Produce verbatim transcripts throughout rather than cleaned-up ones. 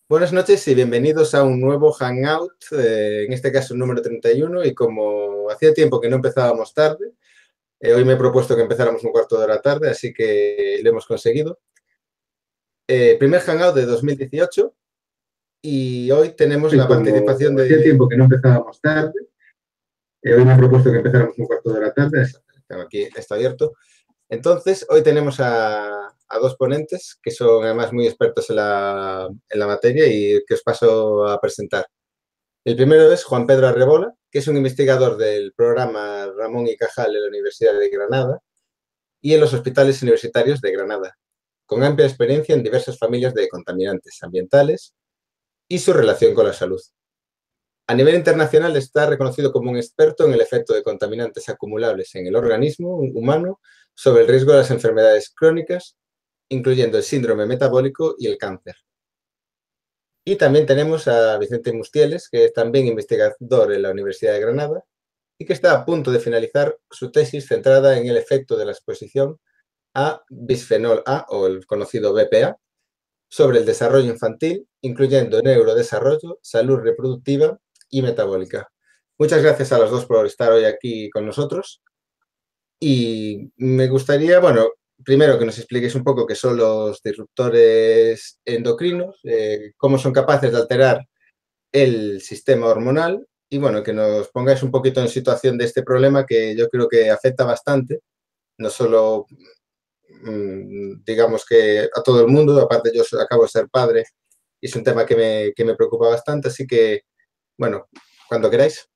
Buenas noches y bienvenidos a un nuevo Hangout, eh, en este caso el número treinta y uno, y como hacía tiempo que no empezábamos tarde, eh, hoy me he propuesto que empezáramos un cuarto de hora tarde, así que lo hemos conseguido. Eh, primer Hangout de dos mil dieciocho y hoy tenemos Y la como participación hacía de... tiempo que no empezábamos tarde, eh, hoy me he propuesto que empezáramos un cuarto de hora tarde. Tengo aquí, está abierto. Entonces, hoy tenemos a, a dos ponentes que son además muy expertos en la, en la materia y que os paso a presentar. El primero es Juan Pedro Arrebola, que es un investigador del programa Ramón y Cajal en la Universidad de Granada y en los hospitales universitarios de Granada, con amplia experiencia en diversas familias de contaminantes ambientales y su relación con la salud. A nivel internacional está reconocido como un experto en el efecto de contaminantes acumulables en el organismo humano sobre el riesgo de las enfermedades crónicas, incluyendo el síndrome metabólico y el cáncer. Y también tenemos a Vicente Mustieles, que es también investigador en la Universidad de Granada y que está a punto de finalizar su tesis centrada en el efecto de la exposición a bisfenol A, o el conocido B P A, sobre el desarrollo infantil, incluyendo neurodesarrollo, salud reproductiva y metabólica. Muchas gracias a los dos por estar hoy aquí con nosotros. Y me gustaría, bueno, primero que nos expliquéis un poco qué son los disruptores endocrinos, eh, cómo son capaces de alterar el sistema hormonal y, bueno, que nos pongáis un poquito en situación de este problema que yo creo que afecta bastante, no solo, mmm, digamos que a todo el mundo, aparte yo acabo de ser padre y es un tema que me, que me preocupa bastante, así que, bueno, cuando queráis.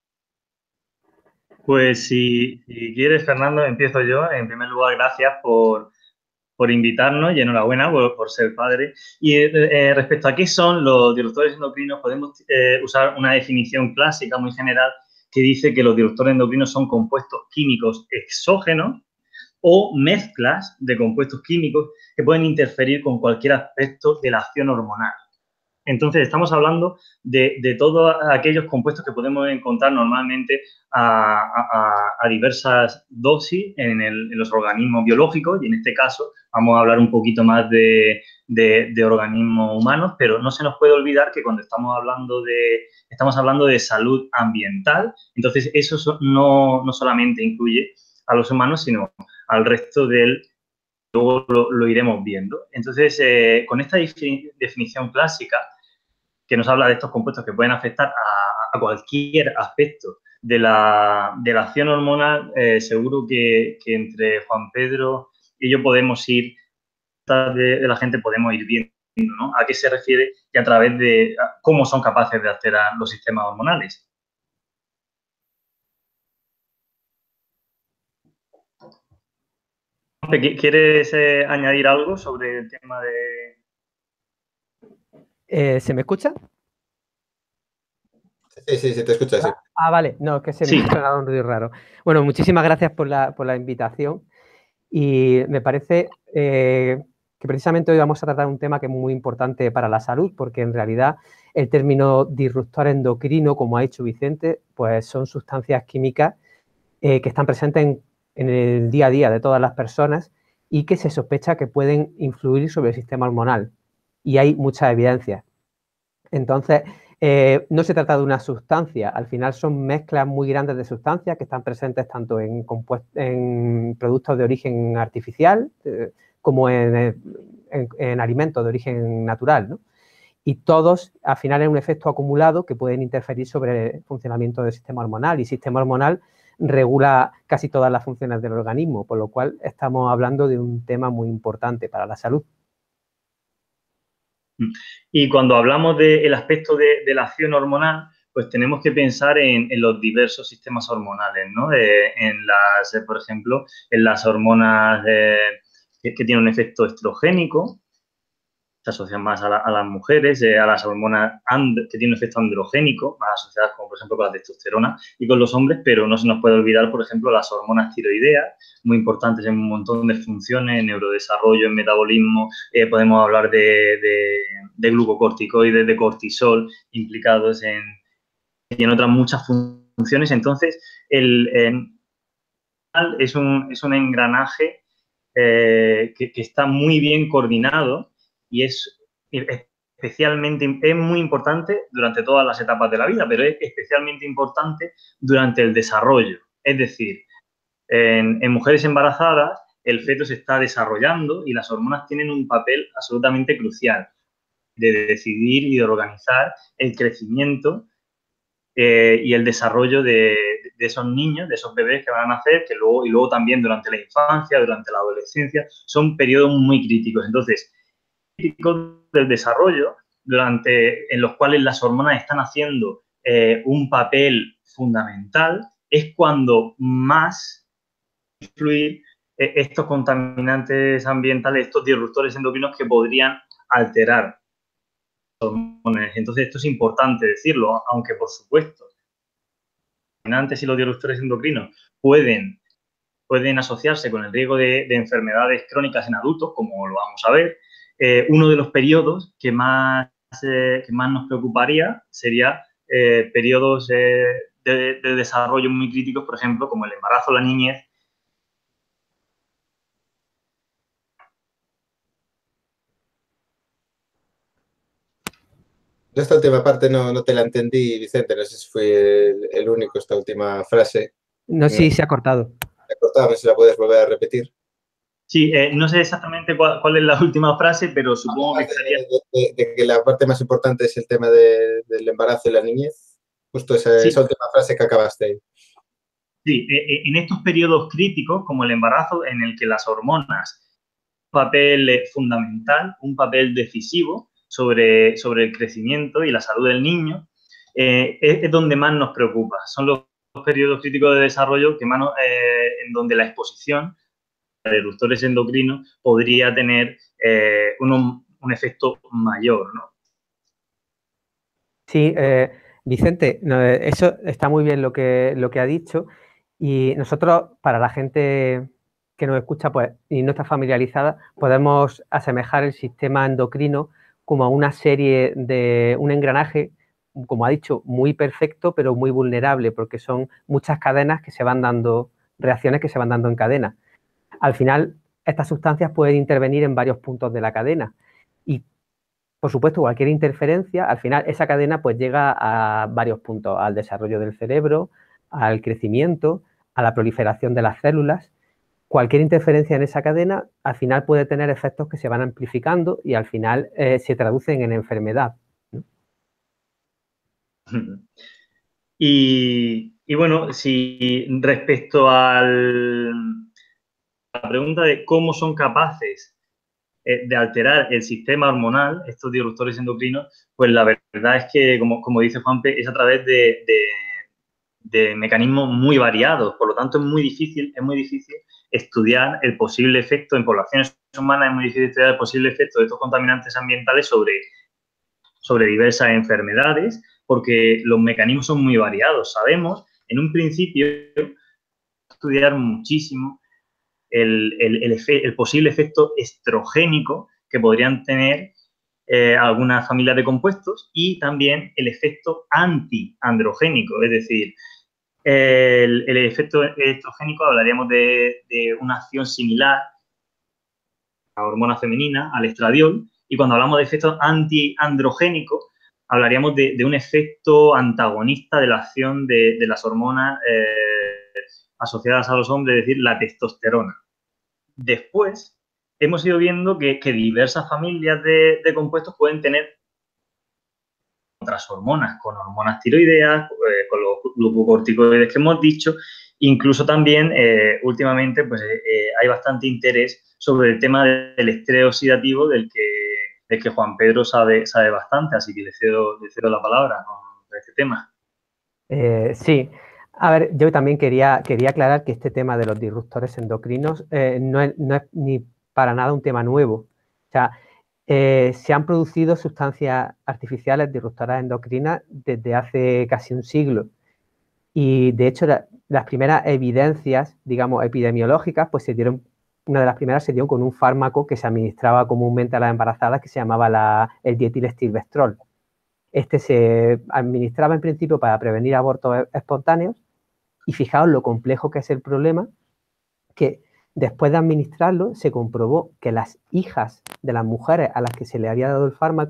Pues si, si quieres, Fernando, empiezo yo. En primer lugar, gracias por, por invitarnos y enhorabuena por, por ser padre. Y eh, respecto a qué son los disruptores endocrinos, podemos eh, usar una definición clásica muy general que dice que los disruptores endocrinos son compuestos químicos exógenos o mezclas de compuestos químicos que pueden interferir con cualquier aspecto de la acción hormonal. Entonces, estamos hablando de, de todos aquellos compuestos que podemos encontrar normalmente a, a, a diversas dosis en, el, en, los organismos biológicos, y en este caso vamos a hablar un poquito más de, de, de organismos humanos, pero no se nos puede olvidar que cuando estamos hablando de, estamos hablando de salud ambiental, entonces eso no, no solamente incluye a los humanos, sino al resto del... Luego lo, lo iremos viendo. Entonces, eh, con esta definición clásica, que nos habla de estos compuestos que pueden afectar a, a cualquier aspecto de la, de la acción hormonal, eh, seguro que, que entre Juan Pedro y yo podemos ir, de, de la gente podemos ir viendo, ¿no? A qué se refiere y a través de cómo son capaces de alterar los sistemas hormonales. ¿Quieres eh, añadir algo sobre el tema de...? Eh, ¿Se me escucha? Sí, sí, sí, te escucho, sí. Ah, vale. No, es que se me Sí. ha sonado un ruido raro. Bueno, muchísimas gracias por la, por la invitación. Y me parece eh, que precisamente hoy vamos a tratar un tema que es muy importante para la salud, porque en realidad el término disruptor endocrino, como ha dicho Vicente, pues son sustancias químicas eh, que están presentes en, en el día a día de todas las personas y que se sospecha que pueden influir sobre el sistema hormonal. Y hay mucha evidencia. Entonces, eh, no se trata de una sustancia, al final son mezclas muy grandes de sustancias que están presentes tanto en, en productos de origen artificial eh, como en, en, en alimentos de origen natural, ¿no? Y todos, al final, es un efecto acumulado que pueden interferir sobre el funcionamiento del sistema hormonal, y el sistema hormonal regula casi todas las funciones del organismo, por lo cual estamos hablando de un tema muy importante para la salud. Y cuando hablamos del aspecto de, de la acción hormonal, pues tenemos que pensar en, en los diversos sistemas hormonales, ¿no? Eh, en las, eh, por ejemplo, en las hormonas eh, que, que tienen un efecto estrogénico, se asocian más a, la, a las mujeres, eh, a las hormonas and, que tienen un efecto androgénico, más asociadas como por ejemplo con la testosterona y con los hombres, pero no se nos puede olvidar, por ejemplo, las hormonas tiroideas, muy importantes en un montón de funciones, en neurodesarrollo, en metabolismo, eh, podemos hablar de, de, de glucocorticoides, de cortisol, implicados en, y en otras muchas funciones. Entonces, el, el es, un, es un engranaje eh, que, que está muy bien coordinado y es especialmente, es muy importante durante todas las etapas de la vida, pero es especialmente importante durante el desarrollo. Es decir, en, en mujeres embarazadas el feto se está desarrollando y las hormonas tienen un papel absolutamente crucial de decidir y de organizar el crecimiento eh, y el desarrollo de, de esos niños, de esos bebés que van a nacer, que luego, y luego también durante la infancia, durante la adolescencia, son periodos muy críticos. Entonces, críticos del desarrollo, durante, en los cuales las hormonas están haciendo eh, un papel fundamental, es cuando más influir eh, estos contaminantes ambientales, estos disruptores endocrinos que podrían alterar hormonas. Entonces, esto es importante decirlo, aunque por supuesto, los contaminantes y los disruptores endocrinos pueden, pueden asociarse con el riesgo de, de enfermedades crónicas en adultos, como lo vamos a ver. Eh, uno de los periodos que más, eh, que más nos preocuparía sería eh, periodos eh, de, de desarrollo muy críticos, por ejemplo, como el embarazo, la niñez. Esta última parte no, no te la entendí, Vicente, no sé si fui el, el único, esta última frase. No, sí, se ha cortado. Se ha cortado, a ver si la puedes volver a repetir. Sí, eh, no sé exactamente cuál, cuál es la última frase, pero supongo que estaría... De, de, de que la parte más importante es el tema de, del embarazo y la niñez. Justo esa, Sí. esa última frase que acabaste ahí. Sí, eh, en estos periodos críticos, como el embarazo, en el que las hormonas un papel fundamental, un papel decisivo sobre, sobre el crecimiento y la salud del niño, eh, es, es donde más nos preocupa. Son los, los periodos críticos de desarrollo que más, eh, en donde la exposición a disruptores endocrinos podría tener eh, un, un efecto mayor, ¿no? Sí, eh, Vicente, no, eso está muy bien lo que, lo que ha dicho, y nosotros, para la gente que nos escucha pues, y no está familiarizada, podemos asemejar el sistema endocrino como a una serie de un engranaje, como ha dicho, muy perfecto, pero muy vulnerable, porque son muchas cadenas que se van dando, reacciones que se van dando en cadena. Al final, estas sustancias pueden intervenir en varios puntos de la cadena y, por supuesto, cualquier interferencia, al final esa cadena pues llega a varios puntos, al desarrollo del cerebro, al crecimiento, a la proliferación de las células. Cualquier interferencia en esa cadena al final puede tener efectos que se van amplificando y al final eh, se traducen en enfermedad, ¿no? Y, y bueno, si respecto al, a la pregunta de cómo son capaces eh, de alterar el sistema hormonal, estos disruptores endocrinos, pues la verdad es que, como, como dice Juanpe, es a través de, de, de mecanismos muy variados. Por lo tanto, es muy difícil, es muy difícil estudiar el posible efecto en poblaciones humanas, es muy difícil estudiar el posible efecto de estos contaminantes ambientales sobre, sobre diversas enfermedades, porque los mecanismos son muy variados. Sabemos, en un principio, estudiar muchísimo el, el, el, efe, el posible efecto estrogénico que podrían tener eh, algunas familias de compuestos y también el efecto antiandrogénico, es decir, el, el efecto estrogénico hablaríamos de, de una acción similar a la hormona femenina, al estradiol, y cuando hablamos de efecto antiandrogénico hablaríamos de, de un efecto antagonista de la acción de, de las hormonas eh, asociadas a los hombres, es decir, la testosterona. Después, hemos ido viendo que, que diversas familias de, de compuestos pueden tener otras hormonas, con hormonas tiroideas, eh, con los glucocorticoides que hemos dicho. Incluso también, eh, últimamente, pues eh, hay bastante interés sobre el tema del estrés oxidativo, del que, del que Juan Pedro sabe, sabe bastante, así que le cedo, le cedo la palabra con este tema. Eh, sí. A ver, yo también quería, quería aclarar que este tema de los disruptores endocrinos eh, no, es, no es ni para nada un tema nuevo. O sea, eh, se han producido sustancias artificiales disruptoras endocrinas desde hace casi un siglo. Y, de hecho, la, las primeras evidencias, digamos, epidemiológicas, pues se dieron, una de las primeras se dio con un fármaco que se administraba comúnmente a las embarazadas que se llamaba la, el dietilestilbestrol. Este se administraba en principio para prevenir abortos espontáneos. Y fijaos lo complejo que es el problema, que después de administrarlo se comprobó que las hijas de las mujeres a las que se le había dado el fármaco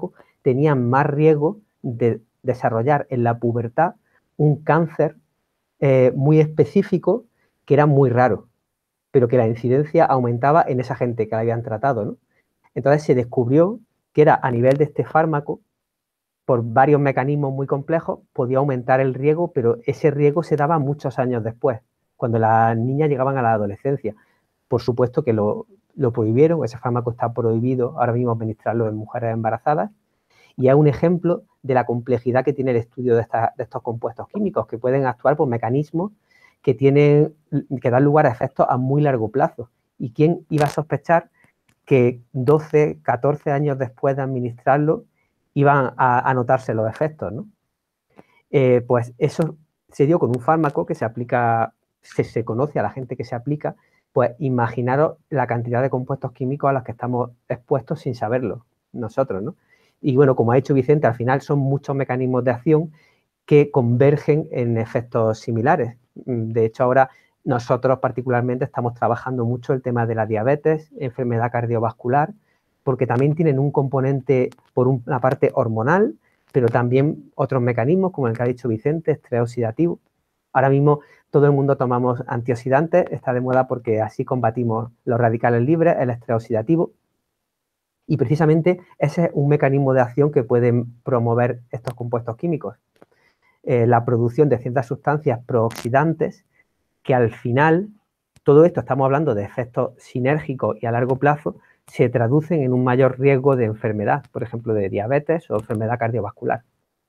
tenían más riesgo de desarrollar en la pubertad un cáncer eh, muy específico que era muy raro, pero que la incidencia aumentaba en esa gente que la habían tratado, ¿no? Entonces se descubrió que era a nivel de este fármaco, por varios mecanismos muy complejos, podía aumentar el riesgo, pero ese riesgo se daba muchos años después, cuando las niñas llegaban a la adolescencia. Por supuesto que lo, lo prohibieron, ese fármaco está prohibido ahora mismo administrarlo en mujeres embarazadas, y es un ejemplo de la complejidad que tiene el estudio de, esta, de estos compuestos químicos, que pueden actuar por mecanismos que, tienen, que dan lugar a efectos a muy largo plazo. ¿Y quién iba a sospechar que doce, catorce años después de administrarlo iban a, a notarse los efectos, ¿no? Eh, pues eso se dio con un fármaco que se aplica, se, se conoce a la gente que se aplica. Pues imaginaros la cantidad de compuestos químicos a los que estamos expuestos sin saberlo nosotros, ¿no? Y bueno, como ha dicho Vicente, al final son muchos mecanismos de acción que convergen en efectos similares. De hecho, ahora nosotros particularmente estamos trabajando mucho el tema de la diabetes, enfermedad cardiovascular, porque también tienen un componente, por una parte, hormonal, pero también otros mecanismos, como el que ha dicho Vicente, estrés oxidativo. Ahora mismo todo el mundo tomamos antioxidantes, está de moda porque así combatimos los radicales libres, el estrés oxidativo. Y precisamente ese es un mecanismo de acción que pueden promover estos compuestos químicos. Eh, la producción de ciertas sustancias prooxidantes que al final, todo esto estamos hablando de efectos sinérgicos y a largo plazo, se traducen en un mayor riesgo de enfermedad, por ejemplo, de diabetes o enfermedad cardiovascular.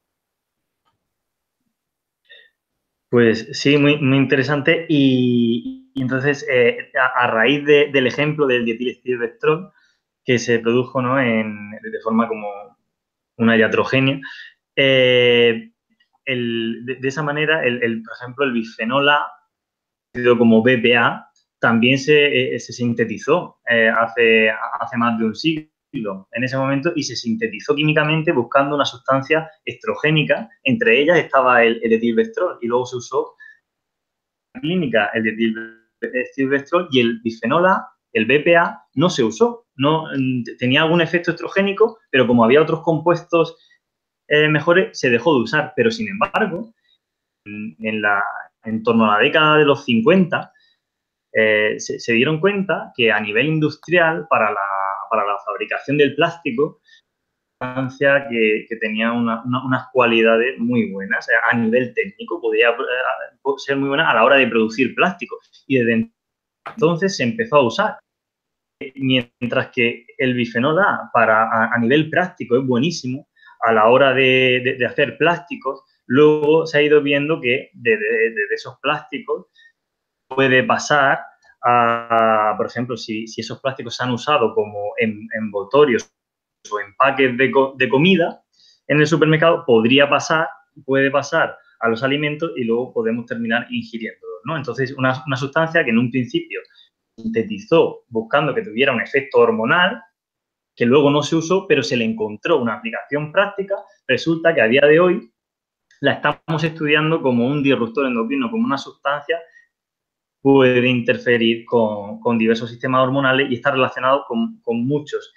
Pues sí, muy, muy interesante. Y, y entonces, eh, a, a raíz de, del ejemplo del dietilestilbestrol, que se produjo, ¿no?, en, de forma como una iatrogenia, eh, el, de, de esa manera, el, el, por ejemplo, el bisfenol A, como B P A, también se, eh, se sintetizó eh, hace, hace más de un siglo en ese momento y se sintetizó químicamente buscando una sustancia estrogénica. Entre ellas estaba el, el etilbestrol y luego se usó en la clínica el etilbestrol y el bisfenol A, el B P A, no se usó. No, tenía algún efecto estrogénico, pero como había otros compuestos eh, mejores, se dejó de usar. Pero, sin embargo, en, en, la, en torno a la década de los cincuenta, Eh, se, se dieron cuenta que a nivel industrial, para la, para la fabricación del plástico, sustancia que, que tenía una, una, unas cualidades muy buenas. O sea, a nivel técnico podía eh, ser muy buena a la hora de producir plástico. Y desde entonces se empezó a usar. Mientras que el bisfenol A para, a, a nivel práctico es buenísimo a la hora de, de, de hacer plásticos, luego se ha ido viendo que de, de, de esos plásticos puede pasar a, por ejemplo, si, si esos plásticos se han usado como en, envoltorios o empaques de, de comida en el supermercado, podría pasar, puede pasar a los alimentos y luego podemos terminar ingiriéndolos, ¿no? Entonces, una, una sustancia que en un principio sintetizó buscando que tuviera un efecto hormonal, que luego no se usó, pero se le encontró una aplicación práctica, resulta que a día de hoy la estamos estudiando como un disruptor endocrino, como una sustancia puede interferir con, con diversos sistemas hormonales y está relacionado con, con muchos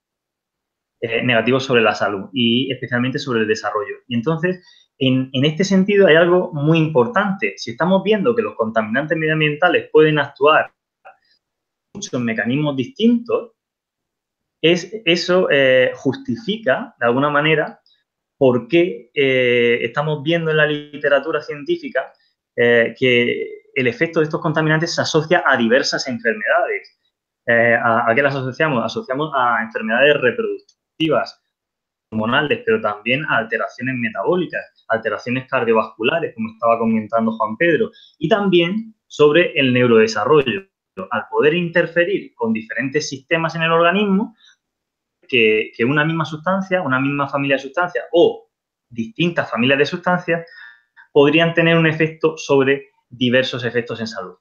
eh, negativos sobre la salud y especialmente sobre el desarrollo. Y entonces, en, en este sentido, hay algo muy importante. Si estamos viendo que los contaminantes medioambientales pueden actuar muchos mecanismos distintos, es, eso eh, justifica, de alguna manera, por qué eh, estamos viendo en la literatura científica eh, que el efecto de estos contaminantes se asocia a diversas enfermedades. Eh, ¿a, ¿A qué las asociamos? Asociamos a enfermedades reproductivas, hormonales, pero también a alteraciones metabólicas, alteraciones cardiovasculares, como estaba comentando Juan Pedro, y también sobre el neurodesarrollo. Al poder interferir con diferentes sistemas en el organismo, que, que una misma sustancia, una misma familia de sustancias o distintas familias de sustancias podrían tener un efecto sobre diversos efectos en salud.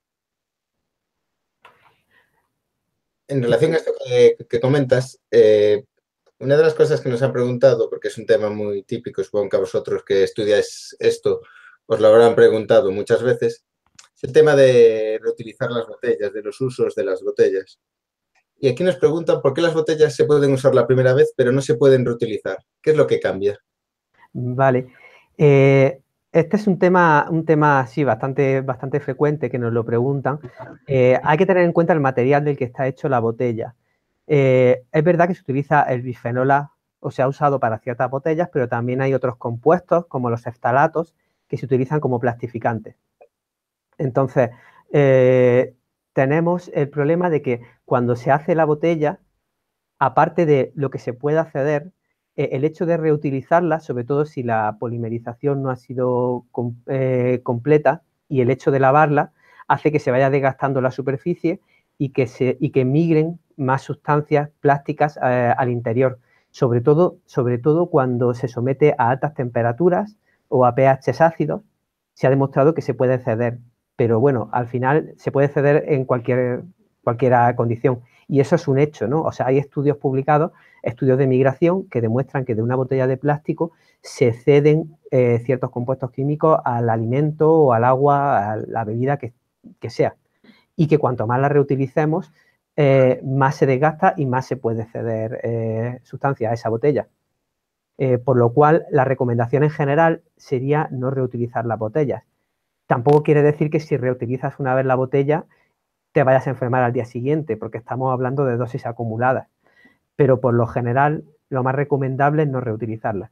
En relación a esto que, que comentas, eh, una de las cosas que nos han preguntado, porque es un tema muy típico, supongo que a vosotros que estudiáis esto os lo habrán preguntado muchas veces, es el tema de reutilizar las botellas, de los usos de las botellas. Y aquí nos preguntan por qué las botellas se pueden usar la primera vez, pero no se pueden reutilizar. ¿Qué es lo que cambia? Vale. Eh, este es un tema, un tema sí, bastante, bastante frecuente que nos lo preguntan. Eh, hay que tener en cuenta el material del que está hecho la botella. Eh, es verdad que se utiliza el bisfenol A, o se ha usado para ciertas botellas, pero también hay otros compuestos, como los eftalatos, que se utilizan como plastificantes. Entonces, eh, tenemos el problema de que cuando se hace la botella, aparte de lo que se puede acceder, eh, el hecho de reutilizarla, sobre todo si la polimerización no ha sido com eh, completa, y el hecho de lavarla, hace que se vaya desgastando la superficie y que, se, y que migren más sustancias plásticas eh, al interior, sobre todo, sobre todo cuando se somete a altas temperaturas o a pHs ácidos, se ha demostrado que se puede ceder, pero bueno, al final se puede ceder en cualquier, cualquier condición. Y eso es un hecho, ¿no? O sea, hay estudios publicados, estudios de migración, que demuestran que de una botella de plástico se ceden eh, ciertos compuestos químicos al alimento o al agua, a la bebida que, que sea. Y que cuanto más la reutilicemos, eh, más se desgasta y más se puede ceder eh, sustancia a esa botella. Eh, por lo cual, la recomendación en general sería no reutilizar las botellas. Tampoco quiere decir que si reutilizas una vez la botella, te vayas a enfermar al día siguiente, porque estamos hablando de dosis acumuladas. Pero por lo general, lo más recomendable es no reutilizarla.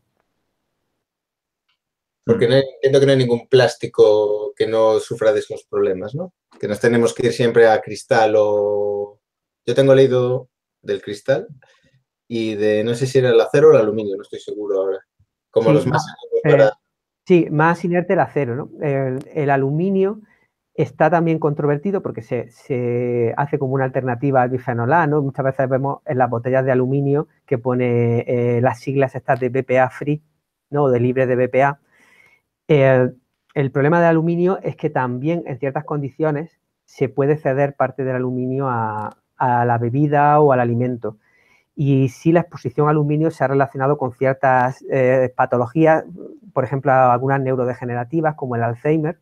Porque no hay, entiendo que no hay ningún plástico que no sufra de esos problemas, ¿no? Que nos tenemos que ir siempre a cristal o... Yo tengo leído del cristal y de, no sé si era el acero o el aluminio, no estoy seguro ahora. Como Sí, los más más, para... eh, sí, más inerte el acero, ¿no? El, el aluminio está también controvertido porque se, se hace como una alternativa al bisfenol A, ¿no? Muchas veces vemos en las botellas de aluminio que pone eh, las siglas estas de B P A free, ¿no? O de libre de B P A. Eh, el problema del aluminio es que también en ciertas condiciones se puede ceder parte del aluminio a, a la bebida o al alimento. Y sí, la exposición al aluminio se ha relacionado con ciertas eh, patologías, por ejemplo, algunas neurodegenerativas como el Alzheimer.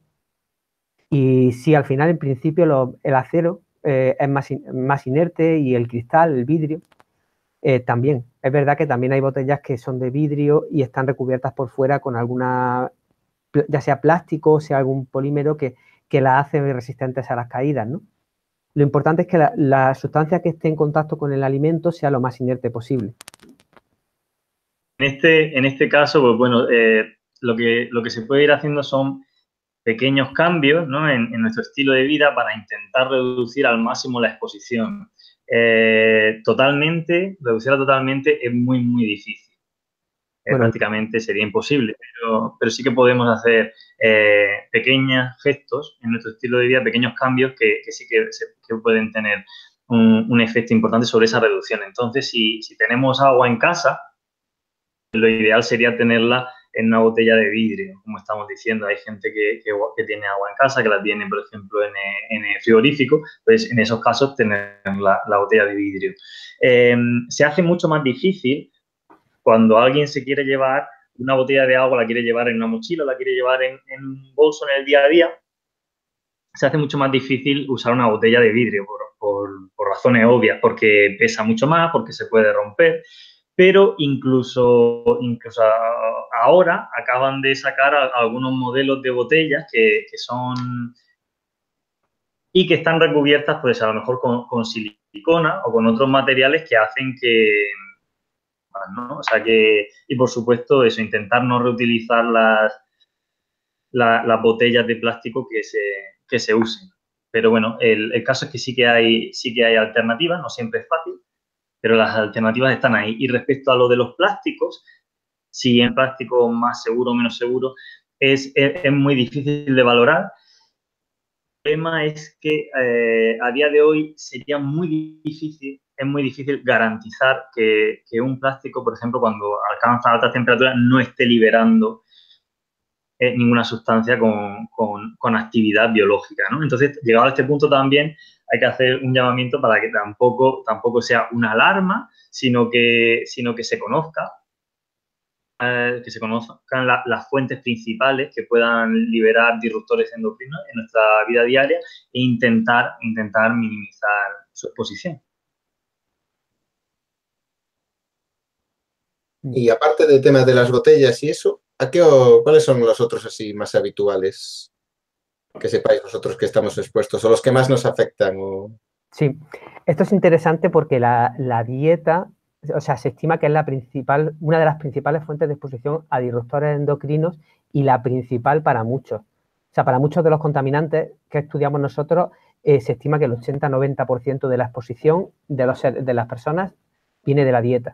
Y sí, al final, en principio, lo, el acero eh, es más, in, más inerte y el cristal, el vidrio, eh, también. Es verdad que también hay botellas que son de vidrio y están recubiertas por fuera con alguna, ya sea plástico o sea algún polímero que, que la hace resistentes a las caídas, ¿no? Lo importante es que la, la sustancia que esté en contacto con el alimento sea lo más inerte posible. En este, en este caso, pues bueno, eh, lo, que, lo que se puede ir haciendo son pequeños cambios, ¿no? en, en nuestro estilo de vida para intentar reducir al máximo la exposición. Eh, totalmente, reducirla totalmente es muy, muy difícil. Eh, Bueno, prácticamente sería imposible, pero, pero sí que podemos hacer eh, pequeños gestos en nuestro estilo de vida, pequeños cambios que, que sí que, se, que pueden tener un, un efecto importante sobre esa reducción. Entonces, si, si tenemos agua en casa, lo ideal sería tenerla en una botella de vidrio, como estamos diciendo. Hay gente que, que, que tiene agua en casa, que la tiene, por ejemplo, en, en el frigorífico, pues en esos casos tener la, la botella de vidrio. Eh, se hace mucho más difícil cuando alguien se quiere llevar una botella de agua, la quiere llevar en una mochila, la quiere llevar en, en un bolso en el día a día, se hace mucho más difícil usar una botella de vidrio por, por, por razones obvias, porque pesa mucho más, porque se puede romper. Pero incluso, incluso ahora acaban de sacar a, a algunos modelos de botellas que, que son y que están recubiertas, pues a lo mejor con, con silicona o con otros materiales que hacen que, ¿no? O sea que, y por supuesto eso, intentar no reutilizar las, la, las botellas de plástico que se, que se usen. Pero bueno, el, el caso es que sí que hay, sí que hay alternativas, no siempre es fácil, pero las alternativas están ahí. Y respecto a lo de los plásticos, si en plástico más seguro o menos seguro, es, es, es muy difícil de valorar. El problema es que eh, a día de hoy sería muy difícil, es muy difícil garantizar que, que un plástico, por ejemplo, cuando alcanza altas temperaturas, no esté liberando eh, ninguna sustancia con, con, con actividad biológica, ¿no? Entonces, llegado a este punto también hay que hacer un llamamiento para que tampoco, tampoco sea una alarma, sino que, sino que se conozca eh, que se conozcan la, las fuentes principales que puedan liberar disruptores endocrinos en nuestra vida diaria e intentar, intentar minimizar su exposición. Y aparte del tema de las botellas y eso, ¿a qué o, ¿cuáles son los otros así más habituales que sepáis vosotros que estamos expuestos o los que más nos afectan? O... Sí, esto es interesante porque la, la dieta, o sea, se estima que es la principal, una de las principales fuentes de exposición a disruptores endocrinos y la principal para muchos. O sea, para muchos de los contaminantes que estudiamos nosotros, eh, se estima que el ochenta noventa por ciento de la exposición de, los, de las personas viene de la dieta.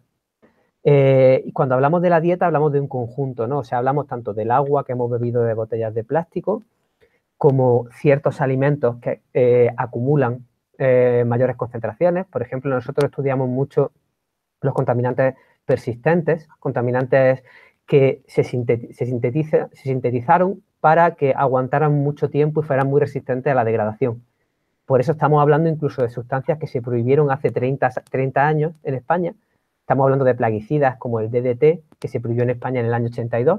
Eh, y cuando hablamos de la dieta, hablamos de un conjunto, ¿no? O sea, hablamos tanto del agua que hemos bebido de botellas de plástico, como ciertos alimentos que eh, acumulan eh, mayores concentraciones. Por ejemplo, nosotros estudiamos mucho los contaminantes persistentes, contaminantes que se, se, sintetiza, se sintetizaron para que aguantaran mucho tiempo y fueran muy resistentes a la degradación. Por eso estamos hablando incluso de sustancias que se prohibieron hace treinta, treinta años en España. Estamos hablando de plaguicidas como el D D T, que se prohibió en España en el año ochenta y dos.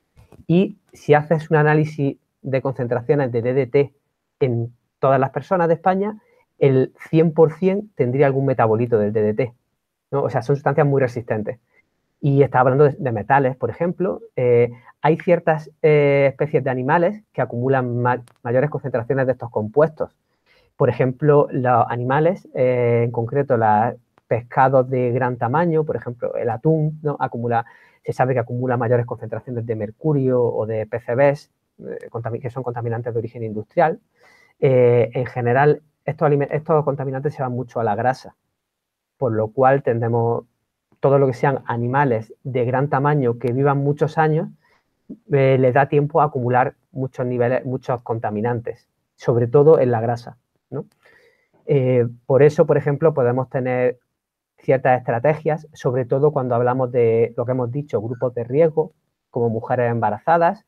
Y si haces un análisis de concentraciones de D D T en todas las personas de España, el cien por ciento tendría algún metabolito del D D T, ¿no? O sea, son sustancias muy resistentes. Y está hablando de, de metales, por ejemplo. Eh, hay ciertas eh, especies de animales que acumulan ma mayores concentraciones de estos compuestos. Por ejemplo, los animales, eh, en concreto los pescados de gran tamaño, por ejemplo, el atún, ¿no? Acumula, se sabe que acumula mayores concentraciones de mercurio o de P C Bs, eh, que son contaminantes de origen industrial. Eh, en general, estos, estos contaminantes se van mucho a la grasa, por lo cual tendemos todo lo que sean animales de gran tamaño que vivan muchos años, eh, les da tiempo a acumular muchos niveles, muchos contaminantes, sobre todo en la grasa, ¿no? Eh, por eso, por ejemplo, podemos tener ciertas estrategias, sobre todo cuando hablamos de lo que hemos dicho, grupos de riesgo, como mujeres embarazadas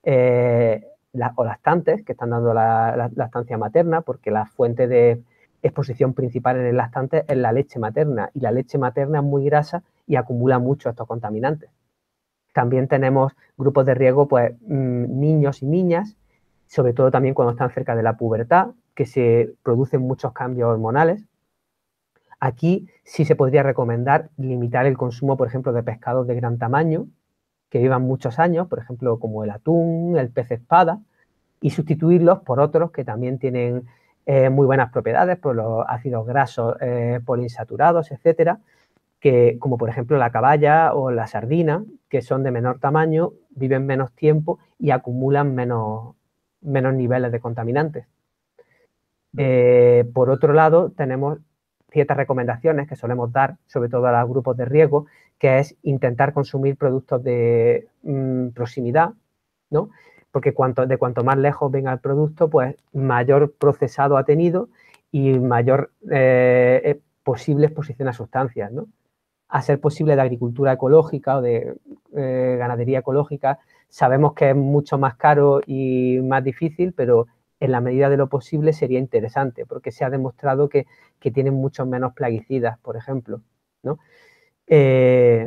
eh, la, o lactantes, que están dando la, la lactancia materna, porque la fuente de exposición principal en el lactante es la leche materna, y la leche materna es muy grasa y acumula mucho estos contaminantes. También tenemos grupos de riesgo, pues mmm, niños y niñas, sobre todo también cuando están cerca de la pubertad, que se producen muchos cambios hormonales. Aquí sí se podría recomendar limitar el consumo, por ejemplo, de pescados de gran tamaño, que vivan muchos años, por ejemplo, como el atún, el pez espada, y sustituirlos por otros que también tienen eh, muy buenas propiedades, por los ácidos grasos eh, poliinsaturados, etcétera, que, como por ejemplo la caballa o la sardina, que son de menor tamaño, viven menos tiempo y acumulan menos, menos niveles de contaminantes. Eh, por otro lado, tenemos ciertas recomendaciones que solemos dar, sobre todo a los grupos de riesgo, que es intentar consumir productos de mmm, proximidad, ¿no? Porque cuanto, de cuanto más lejos venga el producto, pues mayor procesado ha tenido y mayor eh, posible exposición a sustancias, ¿no? A ser posible de agricultura ecológica o de eh, ganadería ecológica, sabemos que es mucho más caro y más difícil, pero en la medida de lo posible sería interesante, porque se ha demostrado que, que tienen muchos menos plaguicidas, por ejemplo, ¿no? Eh,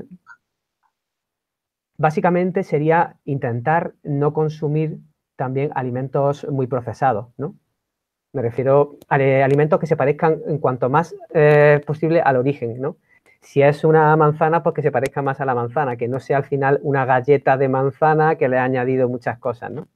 básicamente sería intentar no consumir también alimentos muy procesados, ¿no? Me refiero a alimentos que se parezcan en cuanto más eh, posible al origen, ¿no? Si es una manzana, pues que se parezca más a la manzana, que no sea al final una galleta de manzana que le ha añadido muchas cosas, ¿no?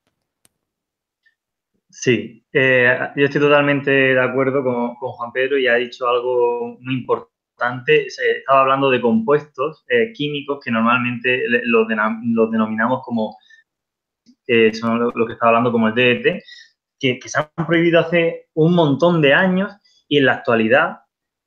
Sí, eh, yo estoy totalmente de acuerdo con, con Juan Pedro y ha dicho algo muy importante. Se estaba hablando de compuestos eh, químicos que normalmente los, los denominamos como, eh, son lo, lo que estaba hablando como el D D T, que, que se han prohibido hace un montón de años y en la actualidad,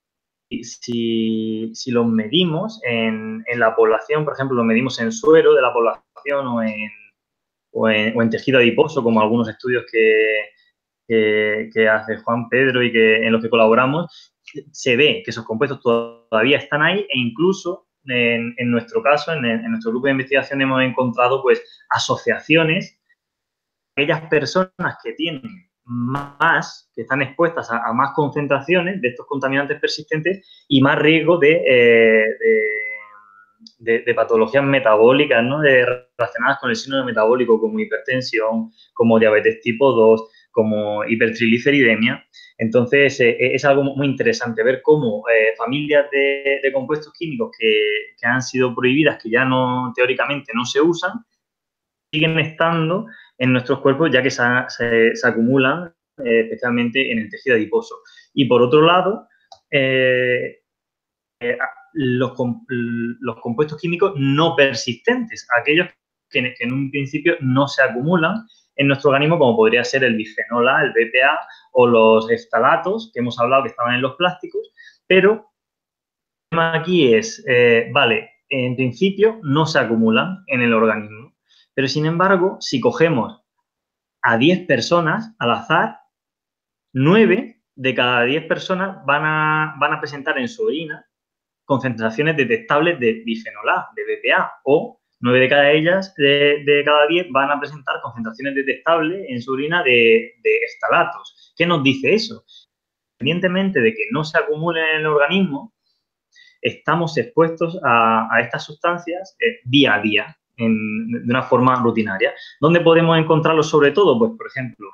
si, si los medimos en, en la población, por ejemplo, los medimos en suero de la población o en, o en, o en tejido adiposo, como algunos estudios que, que, que hace Juan Pedro y que en los que colaboramos, se ve que esos compuestos todavía están ahí e incluso en, en nuestro caso, en, en nuestro grupo de investigación hemos encontrado pues asociaciones, aquellas personas que tienen más, que están expuestas a, a más concentraciones de estos contaminantes persistentes y más riesgo de, eh, de, de, de patologías metabólicas, ¿no? De, relacionadas con el síndrome metabólico, como hipertensión, como diabetes tipo dos, como hipertrigliceridemia. Entonces, eh, es algo muy interesante ver cómo eh, familias de, de compuestos químicos que, que han sido prohibidas, que ya no teóricamente no se usan, siguen estando en nuestros cuerpos ya que se, se, se acumulan eh, especialmente en el tejido adiposo. Y por otro lado, eh, eh, los, los compuestos químicos no persistentes, aquellos que, que en un principio no se acumulan en nuestro organismo, como podría ser el bifenol A, el B P A o los phtalatos, que hemos hablado que estaban en los plásticos, pero el tema aquí es, eh, vale, en principio no se acumulan en el organismo, pero sin embargo, si cogemos a diez personas al azar, nueve de cada diez personas van a, van a presentar en su orina concentraciones detectables de bifenol A, de B P A, o nueve de cada ellas, de, de cada diez, van a presentar concentraciones detectables en su orina de, de phtalatos. ¿Qué nos dice eso? Independientemente de que no se acumulen en el organismo, estamos expuestos a, a estas sustancias eh, día a día, en, de una forma rutinaria. ¿Dónde podemos encontrarlos sobre todo? Pues, por ejemplo,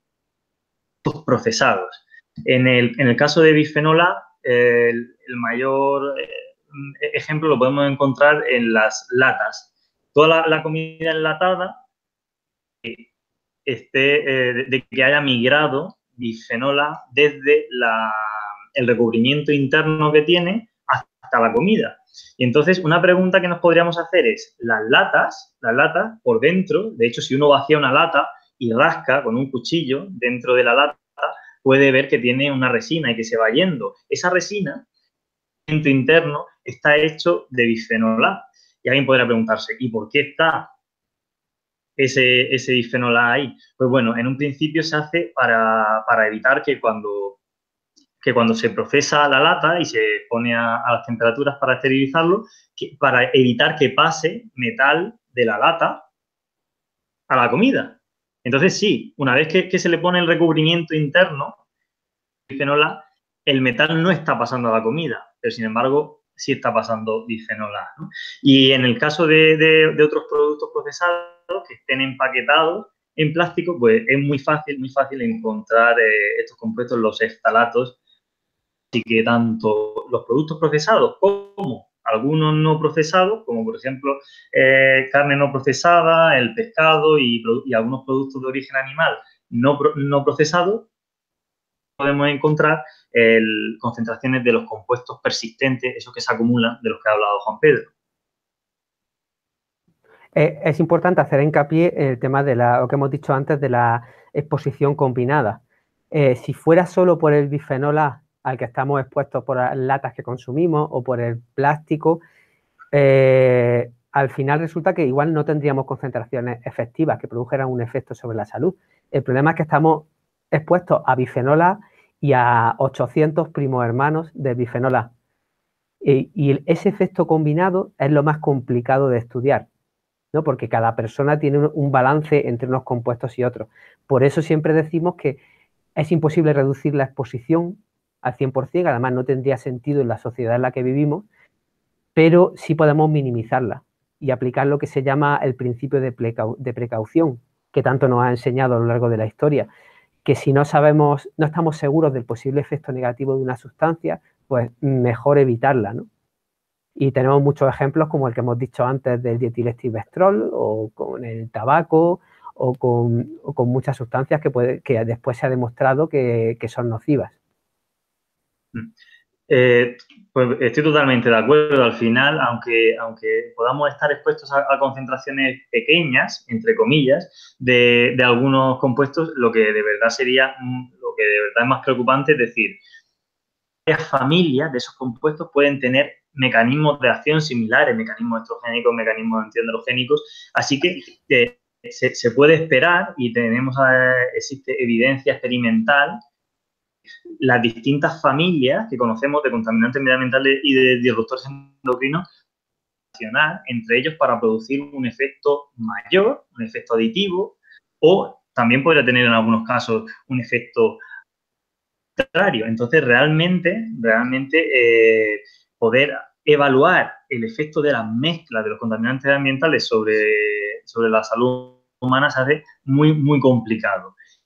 procesados. En el, en el caso de bifenol A, eh, el, el mayor eh, ejemplo lo podemos encontrar en las latas. Toda la, la comida enlatada, eh, esté, eh, de, de que haya migrado bifenol A desde la, el recubrimiento interno que tiene hasta la comida. Y entonces, una pregunta que nos podríamos hacer es, las latas, las latas por dentro, de hecho, si uno vacía una lata y rasca con un cuchillo dentro de la lata, puede ver que tiene una resina y que se va yendo. Esa resina, el interno, está hecho de bifenol A. Y alguien podrá preguntarse, ¿y por qué está ese, ese bifenol A ahí? Pues bueno, en un principio se hace para, para evitar que cuando, que cuando se procesa la lata y se pone a, a las temperaturas para esterilizarlo, que, para evitar que pase metal de la lata a la comida. Entonces, sí, una vez que, que se le pone el recubrimiento interno, bifenol A, el metal no está pasando a la comida, pero sin embargo sí está pasando bifenol A, ¿no? Y en el caso de, de, de otros productos procesados que estén empaquetados en plástico, pues es muy fácil, muy fácil encontrar eh, estos compuestos, los phtalatos. Así que tanto los productos procesados como algunos no procesados, como por ejemplo eh, carne no procesada, el pescado y, y algunos productos de origen animal no, no procesados, podemos encontrar el, concentraciones de los compuestos persistentes, esos que se acumulan, de los que ha hablado Juan Pedro. Eh, es importante hacer hincapié en el tema de la, lo que hemos dicho antes, de la exposición combinada. Eh, si fuera solo por el bifenol A al que estamos expuestos por las latas que consumimos o por el plástico, eh, al final resulta que igual no tendríamos concentraciones efectivas que produjeran un efecto sobre la salud. El problema es que estamos expuestos a bifenol A y a ochocientos primos hermanos de bifenol A. Y, y ese efecto combinado es lo más complicado de estudiar, ¿no? Porque cada persona tiene un, un balance entre unos compuestos y otros. Por eso siempre decimos que es imposible reducir la exposición al cien por cien, además no tendría sentido en la sociedad en la que vivimos, pero sí podemos minimizarla y aplicar lo que se llama el principio de, precau de precaución, que tanto nos ha enseñado a lo largo de la historia, que si no sabemos, no estamos seguros del posible efecto negativo de una sustancia, pues mejor evitarla, ¿no? Y tenemos muchos ejemplos como el que hemos dicho antes del dietilestilbestrol o con el tabaco o con, o con muchas sustancias que, puede, que después se ha demostrado que, que son nocivas. Eh, pues estoy totalmente de acuerdo. Al final, aunque, aunque podamos estar expuestos a, a concentraciones pequeñas, entre comillas, de, de algunos compuestos, lo que de verdad sería, lo que de verdad es más preocupante es decir, varias familias de esos compuestos pueden tener mecanismos de acción similares, mecanismos estrogénicos, mecanismos antiandrogénicos, así que eh, se, se puede esperar y tenemos, eh, existe evidencia experimental, las distintas familias que conocemos de contaminantes medioambientales y de disruptores endocrinos entre ellos para producir un efecto mayor, un efecto aditivo, o también podría tener en algunos casos un efecto contrario. Entonces, realmente, realmente eh, poder evaluar el efecto de la mezcla de los contaminantes ambientales sobre, sobre la salud humana se hace muy, muy complicado.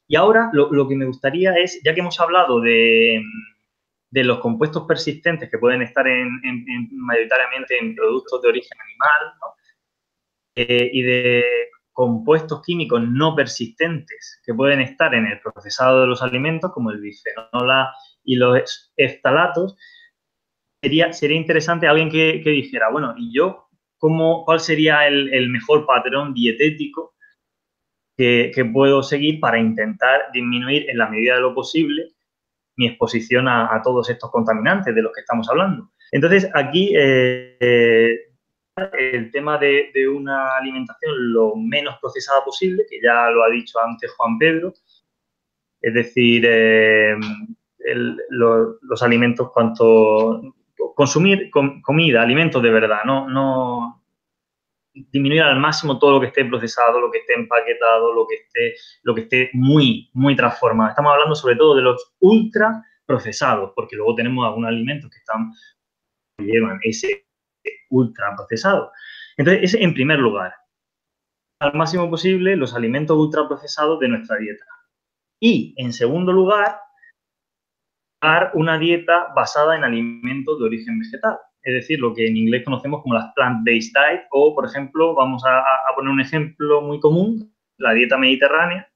Y ahora lo, lo que me gustaría es, ya que hemos hablado de, de los compuestos persistentes que pueden estar en, en, en, mayoritariamente en productos de origen animal, ¿no? eh, y de compuestos químicos no persistentes que pueden estar en el procesado de los alimentos, como el bifenol A y los eftalatos, sería, sería interesante alguien que, que dijera, bueno, ¿y yo cómo, cuál sería el, el mejor patrón dietético que, que puedo seguir para intentar disminuir en la medida de lo posible mi exposición a, a todos estos contaminantes de los que estamos hablando? Entonces, aquí eh, eh, el tema de, de una alimentación lo menos procesada posible, que ya lo ha dicho antes Juan Pedro, es decir, eh, el, lo, los alimentos cuanto consumir com, comida, alimentos de verdad, no, no disminuir al máximo todo lo que esté procesado, lo que esté empaquetado, lo que esté, lo que esté muy, muy transformado. Estamos hablando sobre todo de los ultra procesados, porque luego tenemos algunos alimentos que están que llevan ese ultra procesado. Entonces, ese en primer lugar, al máximo posible los alimentos ultraprocesados de nuestra dieta. Y, en segundo lugar, dar una dieta basada en alimentos de origen vegetal. Es decir, lo que en inglés conocemos como las plant-based diet o, por ejemplo, vamos a, a poner un ejemplo muy común, la dieta mediterránea.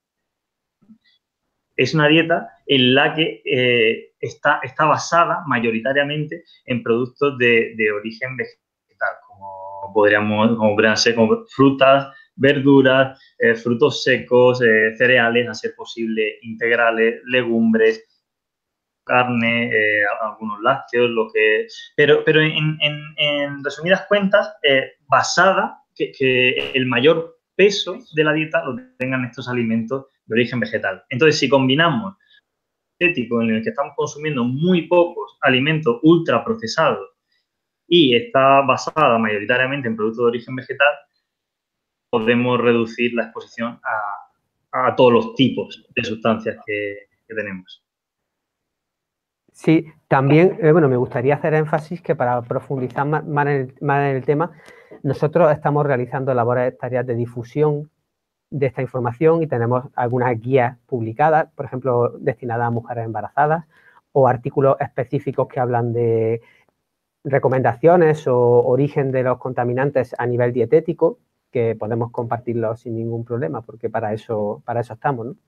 Es una dieta en la que eh, está, está basada mayoritariamente en productos de, de origen vegetal, como podríamos, como podrían ser como frutas, verduras, eh, frutos secos, eh, cereales, a ser posible, integrales, legumbres, carne, eh, algunos lácteos, lo que... Pero, pero en, en, en resumidas cuentas, eh, basada, que, que el mayor peso de la dieta lo tengan estos alimentos de origen vegetal. Entonces, si combinamos estético en el que estamos consumiendo muy pocos alimentos ultraprocesados y está basada mayoritariamente en productos de origen vegetal, podemos reducir la exposición a, a todos los tipos de sustancias que, que tenemos. Sí, también, eh, bueno, me gustaría hacer énfasis que para profundizar más, más, en el, más en el tema, nosotros estamos realizando labores, tareas de difusión de esta información y tenemos algunas guías publicadas, por ejemplo, destinadas a mujeres embarazadas o artículos específicos que hablan de recomendaciones o origen de los contaminantes a nivel dietético, que podemos compartirlos sin ningún problema, porque para eso, para eso estamos, ¿no?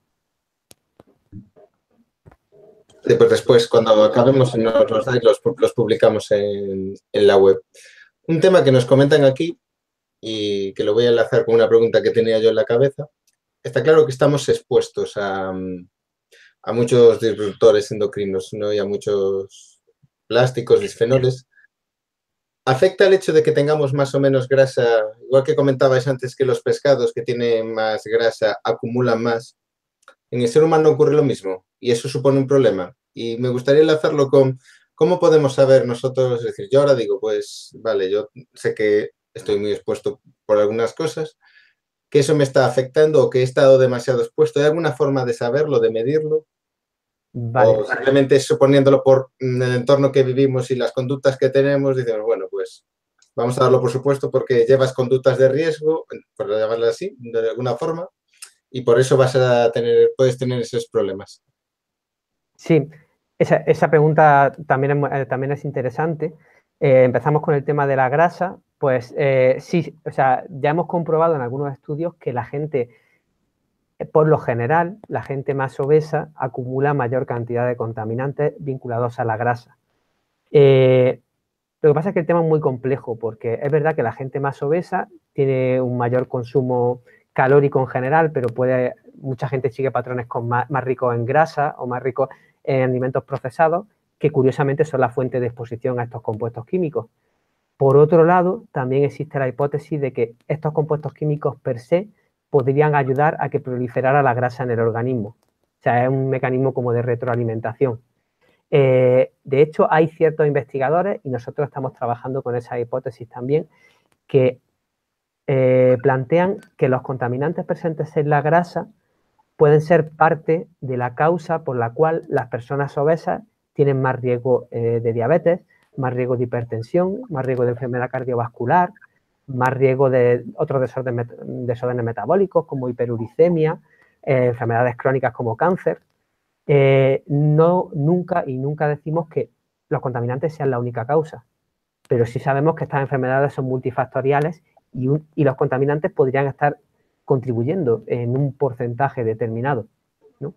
Sí, pues después, cuando acabemos, nos los dais, los, los publicamos en, en la web. Un tema que nos comentan aquí, y que lo voy a enlazar con una pregunta que tenía yo en la cabeza. Está claro que estamos expuestos a, a muchos disruptores endocrinos, ¿no? Y a muchos plásticos, bisfenoles. ¿Afecta el hecho de que tengamos más o menos grasa? Igual que comentabais antes que los pescados que tienen más grasa acumulan más. En el ser humano ocurre lo mismo y eso supone un problema. Y me gustaría enlazarlo con cómo podemos saber nosotros, es decir, yo ahora digo, pues vale, yo sé que estoy muy expuesto por algunas cosas, que eso me está afectando o que he estado demasiado expuesto. ¿Hay alguna forma de saberlo, de medirlo? Vale. O simplemente suponiéndolo por el entorno que vivimos y las conductas que tenemos, decimos, bueno, pues vamos a darlo por supuesto porque llevas conductas de riesgo, por llamarlo así, de alguna forma, y por eso vas a tener, puedes tener esos problemas. Sí, esa, esa pregunta también es, también es interesante. Eh, empezamos con el tema de la grasa. Pues eh, sí, o sea, ya hemos comprobado en algunos estudios que la gente, por lo general, la gente más obesa acumula mayor cantidad de contaminantes vinculados a la grasa. Eh, lo que pasa es que el tema es muy complejo porque es verdad que la gente más obesa tiene un mayor consumo calórico en general, pero puede, mucha gente sigue patrones con más, más ricos en grasa o más ricos en alimentos procesados, que curiosamente son la fuente de exposición a estos compuestos químicos. Por otro lado, también existe la hipótesis de que estos compuestos químicos per se podrían ayudar a que proliferara la grasa en el organismo. O sea, es un mecanismo como de retroalimentación. Eh, de hecho, hay ciertos investigadores, y nosotros estamos trabajando con esa hipótesis también, que eh, plantean que los contaminantes presentes en la grasa pueden ser parte de la causa por la cual las personas obesas tienen más riesgo eh, de diabetes, más riesgo de hipertensión, más riesgo de enfermedad cardiovascular, más riesgo de otros desórdenes, desórdenes metabólicos como hiperuricemia, eh, enfermedades crónicas como cáncer, eh, no, nunca y nunca decimos que los contaminantes sean la única causa, pero sí sabemos que estas enfermedades son multifactoriales y, un, y los contaminantes podrían estar contribuyendo en un porcentaje determinado, ¿no?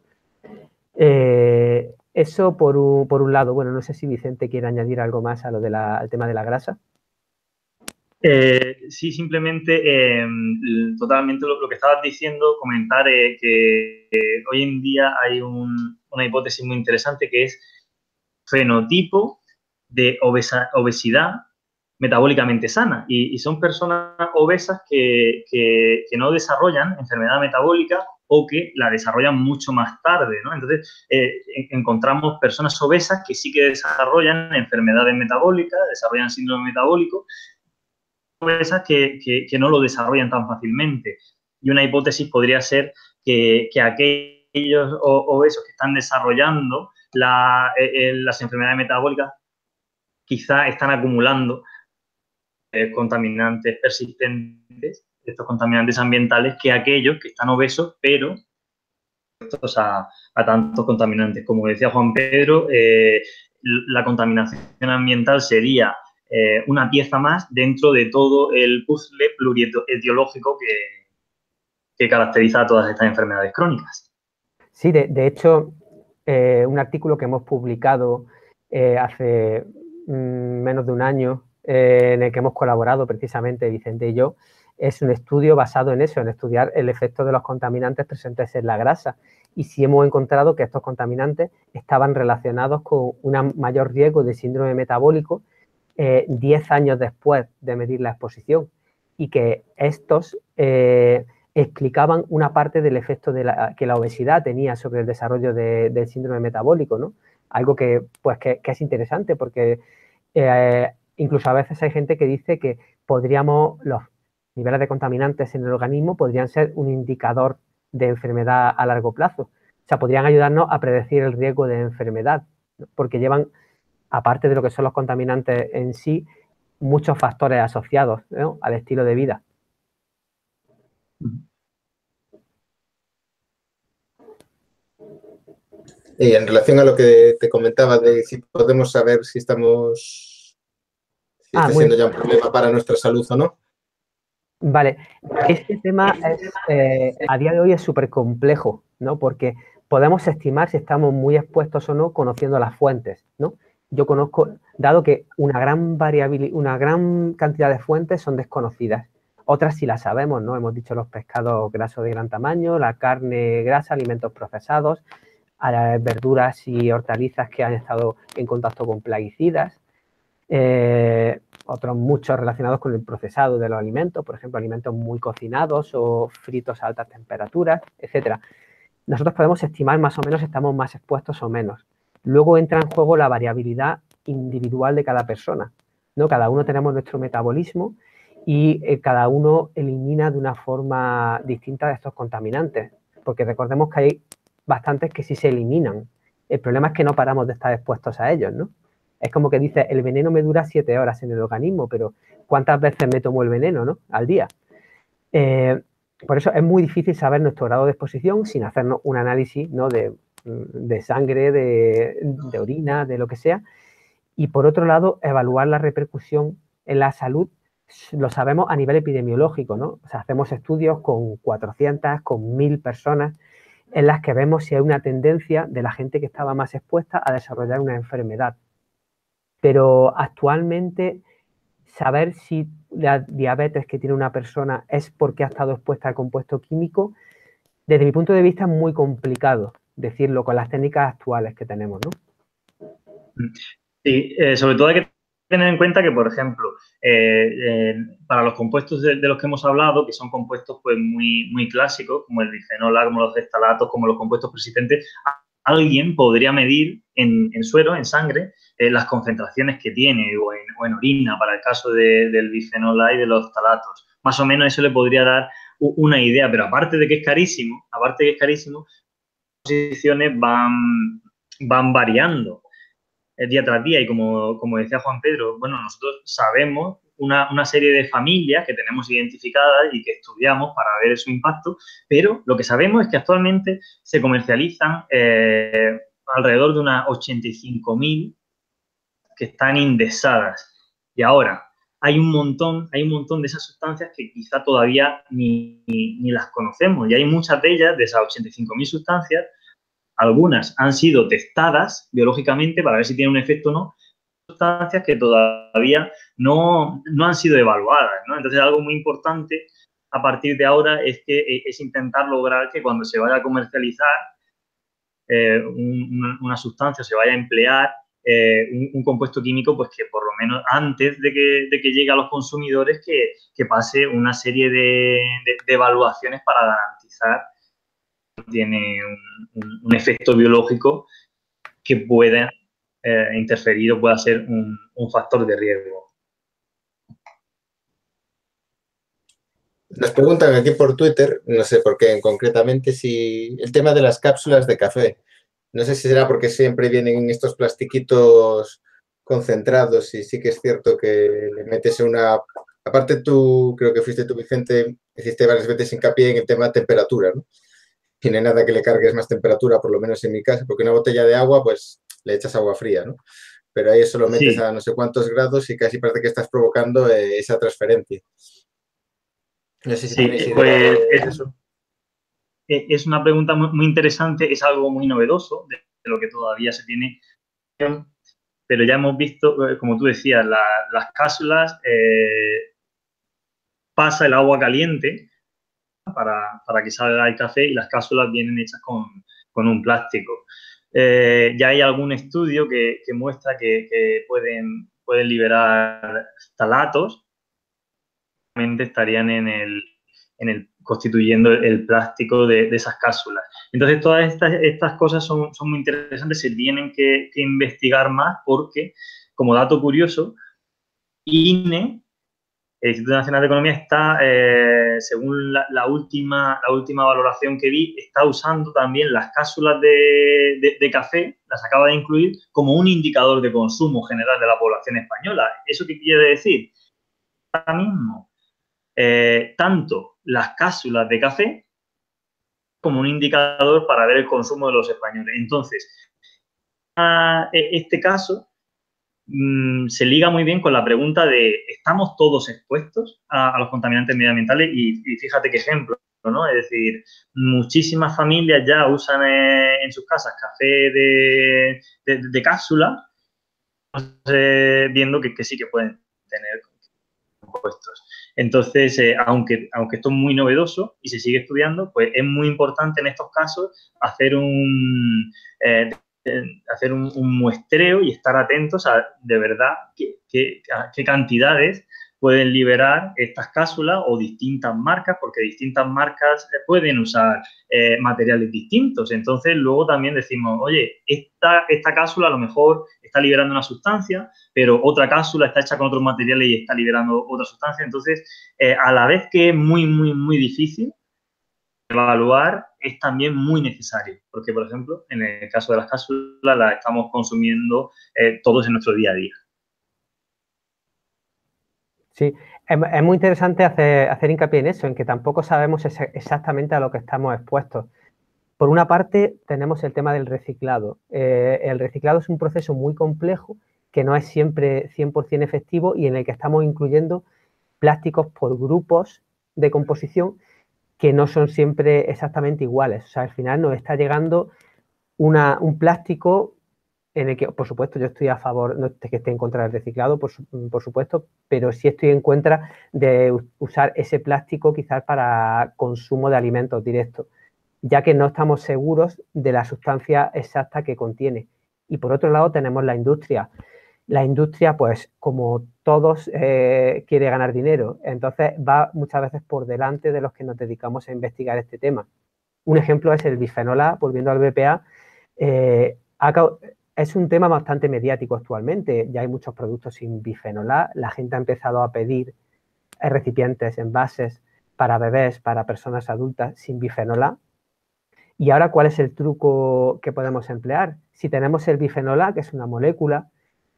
Eh, eso por un, por un lado. Bueno, no sé si Vicente quiere añadir algo más a lo de la, al tema de la grasa. Eh, sí, simplemente, eh, totalmente lo, lo que estabas diciendo, comentar eh, que eh, hoy en día hay un, una hipótesis muy interesante que es fenotipo de obesa, obesidad metabólicamente sana. Y, y son personas obesas que, que, que no desarrollan enfermedad metabólica o que la desarrollan mucho más tarde, ¿no? Entonces, eh, encontramos personas obesas que sí que desarrollan enfermedades metabólicas, desarrollan síndrome metabólico, obesas que, que, que no lo desarrollan tan fácilmente. Y una hipótesis podría ser que, que aquellos obesos que están desarrollando la, eh, las enfermedades metabólicas quizá están acumulando eh, contaminantes persistentes, estos contaminantes ambientales, que aquellos que están obesos, pero expuestos a, a tantos contaminantes. Como decía Juan Pedro, eh, la contaminación ambiental sería eh, una pieza más dentro de todo el puzzle plurietiológico que, que caracteriza a todas estas enfermedades crónicas. Sí, de, de hecho, eh, un artículo que hemos publicado eh, hace mmm, menos de un año, eh, en el que hemos colaborado precisamente Vicente y yo, es un estudio basado en eso, en estudiar el efecto de los contaminantes presentes en la grasa. Y sí hemos encontrado que estos contaminantes estaban relacionados con un mayor riesgo de síndrome metabólico eh, diez años después de medir la exposición, y que estos eh, explicaban una parte del efecto de la, que la obesidad tenía sobre el desarrollo de, del síndrome metabólico, ¿no? Algo que, pues, que, que es interesante porque eh, incluso a veces hay gente que dice que podríamos, los niveles de contaminantes en el organismo podrían ser un indicador de enfermedad a largo plazo. O sea, podrían ayudarnos a predecir el riesgo de enfermedad, ¿no? Porque llevan, aparte de lo que son los contaminantes en sí, muchos factores asociados, ¿no?, al estilo de vida. Y en relación a lo que te comentaba de si podemos saber si estamos, si Ah, está siendo ya un problema para nuestra salud o no. Vale, este tema es, eh, a día de hoy es súper complejo, ¿no? Porque podemos estimar si estamos muy expuestos o no conociendo las fuentes, ¿no? Yo conozco, dado que una gran variabilidad, una gran cantidad de fuentes son desconocidas. Otras sí las sabemos, ¿no? Hemos dicho los pescados grasos de gran tamaño, la carne grasa, alimentos procesados, a las verduras y hortalizas que han estado en contacto con plaguicidas. Eh, otros muchos relacionados con el procesado de los alimentos, por ejemplo, alimentos muy cocinados o fritos a altas temperaturas, etcétera. Nosotros podemos estimar más o menos si estamos más expuestos o menos. Luego entra en juego la variabilidad individual de cada persona, ¿no? Cada uno tenemos nuestro metabolismo y eh, cada uno elimina de una forma distinta de estos contaminantes, porque recordemos que hay bastantes que sí se eliminan. El problema es que no paramos de estar expuestos a ellos, ¿no? Es como que dice, el veneno me dura siete horas en el organismo, pero ¿cuántas veces me tomo el veneno, ¿no?, al día? Eh, por eso es muy difícil saber nuestro grado de exposición sin hacernos un análisis, ¿no?, de, de sangre, de, de orina, de lo que sea. Y por otro lado, evaluar la repercusión en la salud lo sabemos a nivel epidemiológico, ¿no? O sea, hacemos estudios con cuatrocientas, con mil personas en las que vemos si hay una tendencia de la gente que estaba más expuesta a desarrollar una enfermedad. Pero actualmente saber si la diabetes que tiene una persona es porque ha estado expuesta al compuesto químico, desde mi punto de vista es muy complicado decirlo con las técnicas actuales que tenemos, ¿no? Sí, eh, sobre todo hay que tener en cuenta que, por ejemplo, eh, eh, para los compuestos de, de los que hemos hablado, que son compuestos pues muy, muy clásicos, como el bifenol A, como los estalatos, como los compuestos persistentes, alguien podría medir en, en suero, en sangre, eh, las concentraciones que tiene o en, o en orina, para el caso de, del bifenol A y de los estalatos. Más o menos eso le podría dar una idea, pero aparte de que es carísimo, aparte de que es carísimo, las posiciones van, van variando día tras día y como, como decía Juan Pedro, bueno, nosotros sabemos una, una serie de familias que tenemos identificadas y que estudiamos para ver su impacto, pero lo que sabemos es que actualmente se comercializan eh, alrededor de unas ochenta y cinco mil que están indexadas. Y ahora, hay un montón, hay un montón de esas sustancias que quizá todavía ni, ni, ni las conocemos. Y hay muchas de ellas, de esas ochenta y cinco mil sustancias, algunas han sido testadas biológicamente para ver si tienen un efecto o no, sustancias que todavía no, no han sido evaluadas, ¿no? Entonces, algo muy importante a partir de ahora es que es intentar lograr que cuando se vaya a comercializar eh, un, una, una sustancia, se vaya a emplear eh, un, un compuesto químico, pues que por lo menos antes de que, de que llegue a los consumidores, que, que pase una serie de, de, de evaluaciones para garantizar que tiene un, un, un efecto biológico que pueda eh, interferir o pueda ser un, un factor de riesgo. Nos preguntan aquí por Twitter, no sé por qué concretamente, si el tema de las cápsulas de café. No sé si será porque siempre vienen estos plastiquitos concentrados y sí que es cierto que le metes una... Aparte tú, creo que fuiste tú, Vicente, hiciste varias veces hincapié en el tema de temperatura, ¿no? Y no hay nada que le cargues más temperatura, por lo menos en mi caso, porque una botella de agua, pues le echas agua fría, ¿no? Pero ahí eso lo metes Sí. a no sé cuántos grados y casi parece que estás provocando eh, esa transferencia. No sé si Sí, tenéis idea pues de es, eso. es una pregunta muy, muy interesante, es algo muy novedoso, de, de lo que todavía se tiene, pero ya hemos visto, como tú decías, la, las cápsulas, eh, pasa el agua caliente para, para que salga el café y las cápsulas vienen hechas con, con un plástico. Eh, ya hay algún estudio que, que muestra que, que pueden, pueden liberar ftalatos, estarían en el, en el constituyendo el plástico de, de esas cápsulas. Entonces, todas estas, estas cosas son, son muy interesantes, se tienen que, que investigar más porque, como dato curioso, I N E, el Instituto Nacional de Economía, está, eh, según la, la, última, la última valoración que vi, está usando también las cápsulas de, de, de café, las acaba de incluir, como un indicador de consumo general de la población española. ¿Eso qué quiere decir? Ahora mismo, eh, tanto las cápsulas de café como un indicador para ver el consumo de los españoles. Entonces, a este caso mmm, se liga muy bien con la pregunta de ¿estamos todos expuestos a, a los contaminantes medioambientales? Y, y fíjate qué ejemplo, ¿no? Es decir, muchísimas familias ya usan eh, en sus casas café de, de, de cápsula, eh, viendo que, que sí que pueden tener compuestos. Entonces, eh, aunque, aunque esto es muy novedoso y se sigue estudiando, pues es muy importante en estos casos hacer un, eh, hacer un, un muestreo y estar atentos a, de verdad, qué, qué, a qué cantidades pueden liberar estas cápsulas o distintas marcas, porque distintas marcas pueden usar eh, materiales distintos. Entonces, luego también decimos, oye, esta, esta cápsula a lo mejor está liberando una sustancia, pero otra cápsula está hecha con otros materiales y está liberando otra sustancia. Entonces, eh, a la vez que es muy, muy, muy difícil evaluar, es también muy necesario. Porque, por ejemplo, en el caso de las cápsulas, las estamos consumiendo eh, todos en nuestro día a día. Sí, es, es muy interesante hacer, hacer hincapié en eso, en que tampoco sabemos ese, exactamente a lo que estamos expuestos. Por una parte, tenemos el tema del reciclado. Eh, el reciclado es un proceso muy complejo que no es siempre cien por cien efectivo y en el que estamos incluyendo plásticos por grupos de composición que no son siempre exactamente iguales. O sea, al final nos está llegando una, un plástico en el que, por supuesto, yo estoy a favor, no es que esté en contra del reciclado, por, por supuesto, pero sí estoy en contra de usar ese plástico quizás para consumo de alimentos directos, ya que no estamos seguros de la sustancia exacta que contiene. Y por otro lado tenemos la industria. La industria, pues, como todos, eh, quiere ganar dinero, entonces va muchas veces por delante de los que nos dedicamos a investigar este tema. Un ejemplo es el bisfenol A, volviendo al B P A, eh, es un tema bastante mediático actualmente, ya hay muchos productos sin bisfenol A, la gente ha empezado a pedir recipientes, envases para bebés, para personas adultas sin bisfenol A. Y ahora, ¿cuál es el truco que podemos emplear? Si tenemos el bisfenol A, que es una molécula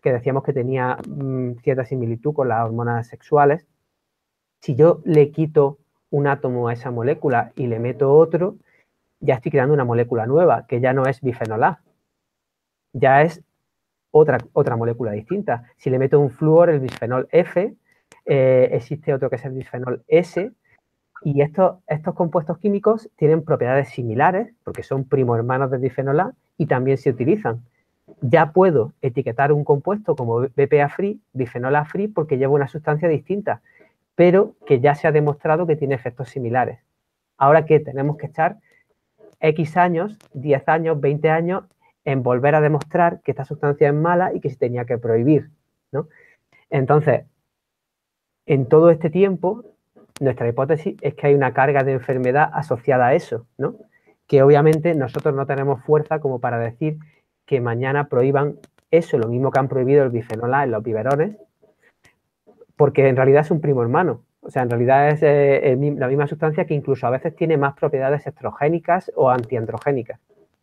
que decíamos que tenía mmm, cierta similitud con las hormonas sexuales, si yo le quito un átomo a esa molécula y le meto otro, ya estoy creando una molécula nueva, que ya no es bifenol A, ya es otra, otra molécula distinta. Si le meto un flúor, el bisfenol F, eh, existe otro que es el bisfenol S, y estos, estos compuestos químicos tienen propiedades similares, porque son primo hermanos del bifenol A, y también se utilizan. Ya puedo etiquetar un compuesto como B P A free, bifenol A free, porque lleva una sustancia distinta, pero que ya se ha demostrado que tiene efectos similares. Ahora que tenemos que echar X años, diez años, veinte años, en volver a demostrar que esta sustancia es mala y que se tenía que prohibir, ¿no? Entonces, en todo este tiempo, nuestra hipótesis es que hay una carga de enfermedad asociada a eso, ¿no? Que obviamente nosotros no tenemos fuerza como para decir que mañana prohíban eso, lo mismo que han prohibido el bifenol A en los biberones, porque en realidad es un primo hermano. O sea, en realidad es eh, el, la misma sustancia que incluso a veces tiene más propiedades estrogénicas o antiandrogénicas.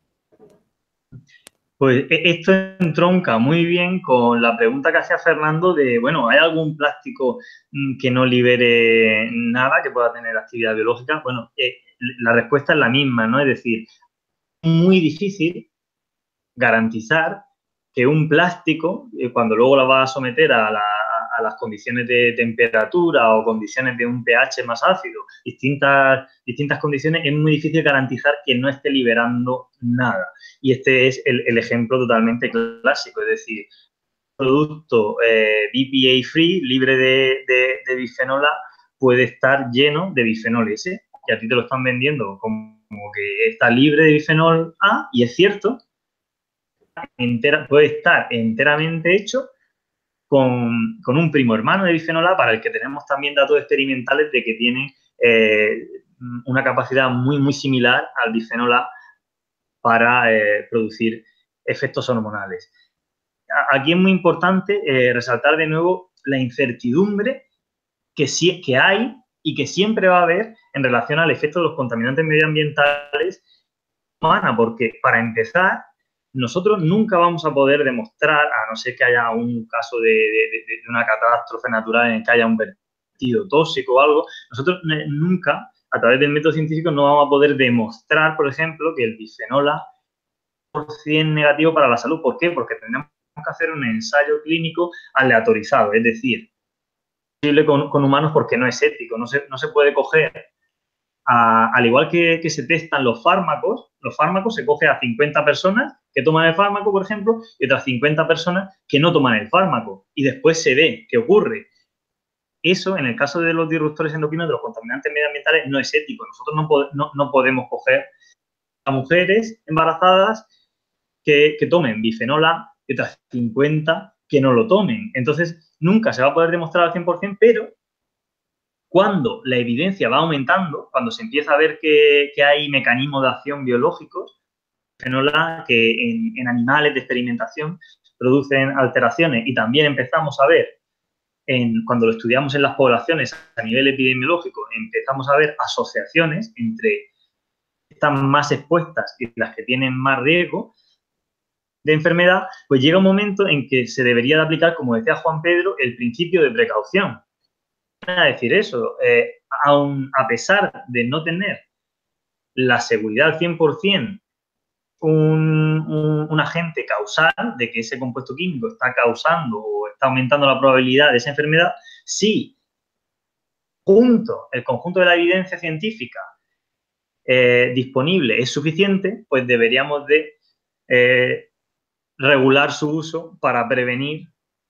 Pues esto entronca muy bien con la pregunta que hacía Fernando de, bueno, ¿hay algún plástico que no libere nada, que pueda tener actividad biológica? Bueno, eh, la respuesta es la misma, ¿no? Es decir, es muy difícil garantizar que un plástico, eh, cuando luego lo va a someter a, la, a las condiciones de temperatura o condiciones de un pH más ácido, distintas, distintas condiciones, es muy difícil garantizar que no esté liberando nada. Y este es el, el ejemplo totalmente clásico, es decir, producto eh, B P A free, libre de, de, de bifenol A, puede estar lleno de bifenol S, que a ti te lo están vendiendo como, como que está libre de bifenol A, y es cierto, entera, puede estar enteramente hecho con, con un primo hermano de bifenol A, para el que tenemos también datos experimentales de que tiene eh, una capacidad muy, muy similar al bifenol A para eh, producir efectos hormonales. Aquí es muy importante eh, resaltar de nuevo la incertidumbre que, sí, que hay y que siempre va a haber en relación al efecto de los contaminantes medioambientales humana, porque para empezar, nosotros nunca vamos a poder demostrar, a no ser que haya un caso de, de, de una catástrofe natural en el que haya un vertido tóxico o algo, nosotros nunca, a través del método científico, no vamos a poder demostrar, por ejemplo, que el bifenol A es cien por ciento negativo para la salud. ¿Por qué? Porque tenemos que hacer un ensayo clínico aleatorizado, es decir, posible con, con humanos porque no es ético, no se, no se puede coger, a, al igual que, que se testan los fármacos, los fármacos se coge a cincuenta personas que toman el fármaco, por ejemplo, y otras cincuenta personas que no toman el fármaco, y después se ve qué ocurre. Eso, en el caso de los disruptores endocrinos, de los contaminantes medioambientales, no es ético. Nosotros no, pod no, no podemos coger a mujeres embarazadas que, que tomen bifenol A y otras cincuenta que no lo tomen. Entonces, nunca se va a poder demostrar al cien por cien, pero cuando la evidencia va aumentando, cuando se empieza a ver que, que hay mecanismos de acción biológicos, bifenol A, que en, en animales de experimentación producen alteraciones, y también empezamos a ver, en, cuando lo estudiamos en las poblaciones a nivel epidemiológico, empezamos a ver asociaciones entre están más expuestas y las que tienen más riesgo de enfermedad, pues llega un momento en que se debería de aplicar, como decía Juan Pedro, el principio de precaución. A decir eso, eh, aun a pesar de no tener la seguridad al cien por cien, un, un, un agente causal de que ese compuesto químico está causando o está aumentando la probabilidad de esa enfermedad, si junto el conjunto de la evidencia científica eh, disponible es suficiente, pues deberíamos de eh, regular su uso para prevenir.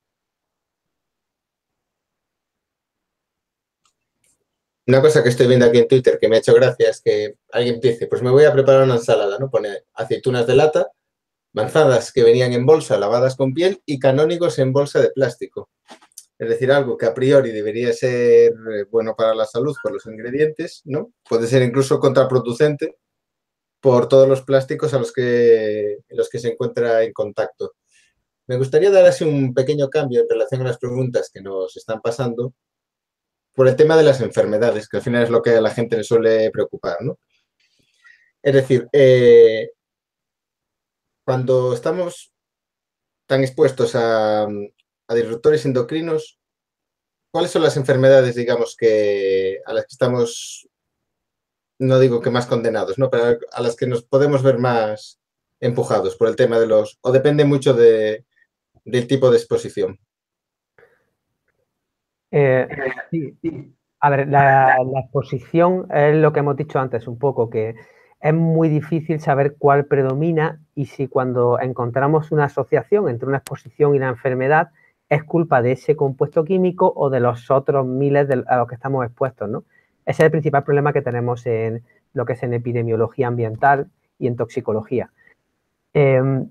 Una cosa que estoy viendo aquí en Twitter que me ha hecho gracia es que alguien dice, pues me voy a preparar una ensalada, ¿no? Pone aceitunas de lata, manzanas que venían en bolsa lavadas con piel y canónigos en bolsa de plástico. Es decir, algo que a priori debería ser bueno para la salud por los ingredientes, ¿no? Puede ser incluso contraproducente por todos los plásticos a los que, en los que se encuentra en contacto. Me gustaría dar así un pequeño cambio en relación a las preguntas que nos están pasando por el tema de las enfermedades, que al final es lo que a la gente le suele preocupar, ¿no? Es decir, eh, cuando estamos tan expuestos a, a disruptores endocrinos, ¿cuáles son las enfermedades, digamos, que a las que estamos, no digo que más condenados, ¿no? Pero a las que nos podemos ver más empujados por el tema de los, o depende mucho de, del tipo de exposición? Eh, sí. A ver, la, la exposición es lo que hemos dicho antes un poco, que es muy difícil saber cuál predomina y si cuando encontramos una asociación entre una exposición y la enfermedad es culpa de ese compuesto químico o de los otros miles de, a los que estamos expuestos, ¿no? Ese es el principal problema que tenemos en lo que es en epidemiología ambiental y en toxicología. Eh,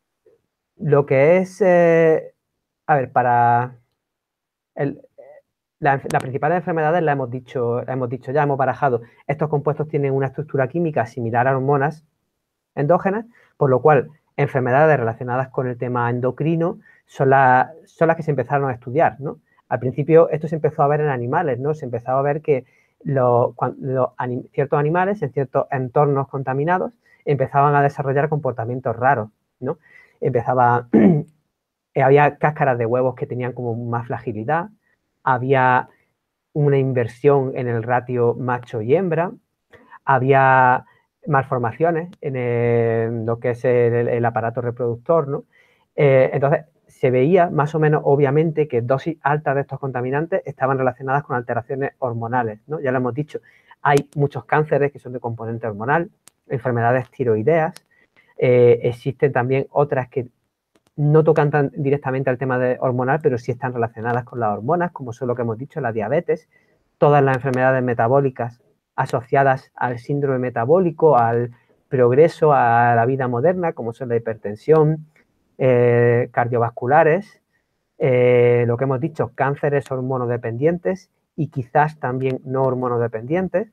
lo que es, eh, a ver, para el, Las la principales enfermedades las hemos dicho, la hemos dicho ya, hemos barajado. Estos compuestos tienen una estructura química similar a hormonas endógenas, por lo cual enfermedades relacionadas con el tema endocrino son, la, son las que se empezaron a estudiar, ¿no? Al principio esto se empezó a ver en animales, ¿no? Se empezó a ver que lo, lo, anim, ciertos animales en ciertos entornos contaminados empezaban a desarrollar comportamientos raros, ¿no? Empezaba, había cáscaras de huevos que tenían como más fragilidad, había una inversión en el ratio macho y hembra, había malformaciones en el, lo que es el, el aparato reproductor, ¿no? Eh, entonces, se veía más o menos obviamente que dosis altas de estos contaminantes estaban relacionadas con alteraciones hormonales, ¿no? Ya lo hemos dicho, hay muchos cánceres que son de componente hormonal, enfermedades tiroideas, eh, existen también otras que no tocan tan directamente al tema de hormonal, pero sí están relacionadas con las hormonas, como son lo que hemos dicho, la diabetes, todas las enfermedades metabólicas asociadas al síndrome metabólico, al progreso, a la vida moderna, como son la hipertensión, eh, cardiovasculares, eh, lo que hemos dicho, cánceres hormonodependientes y quizás también no hormonodependientes.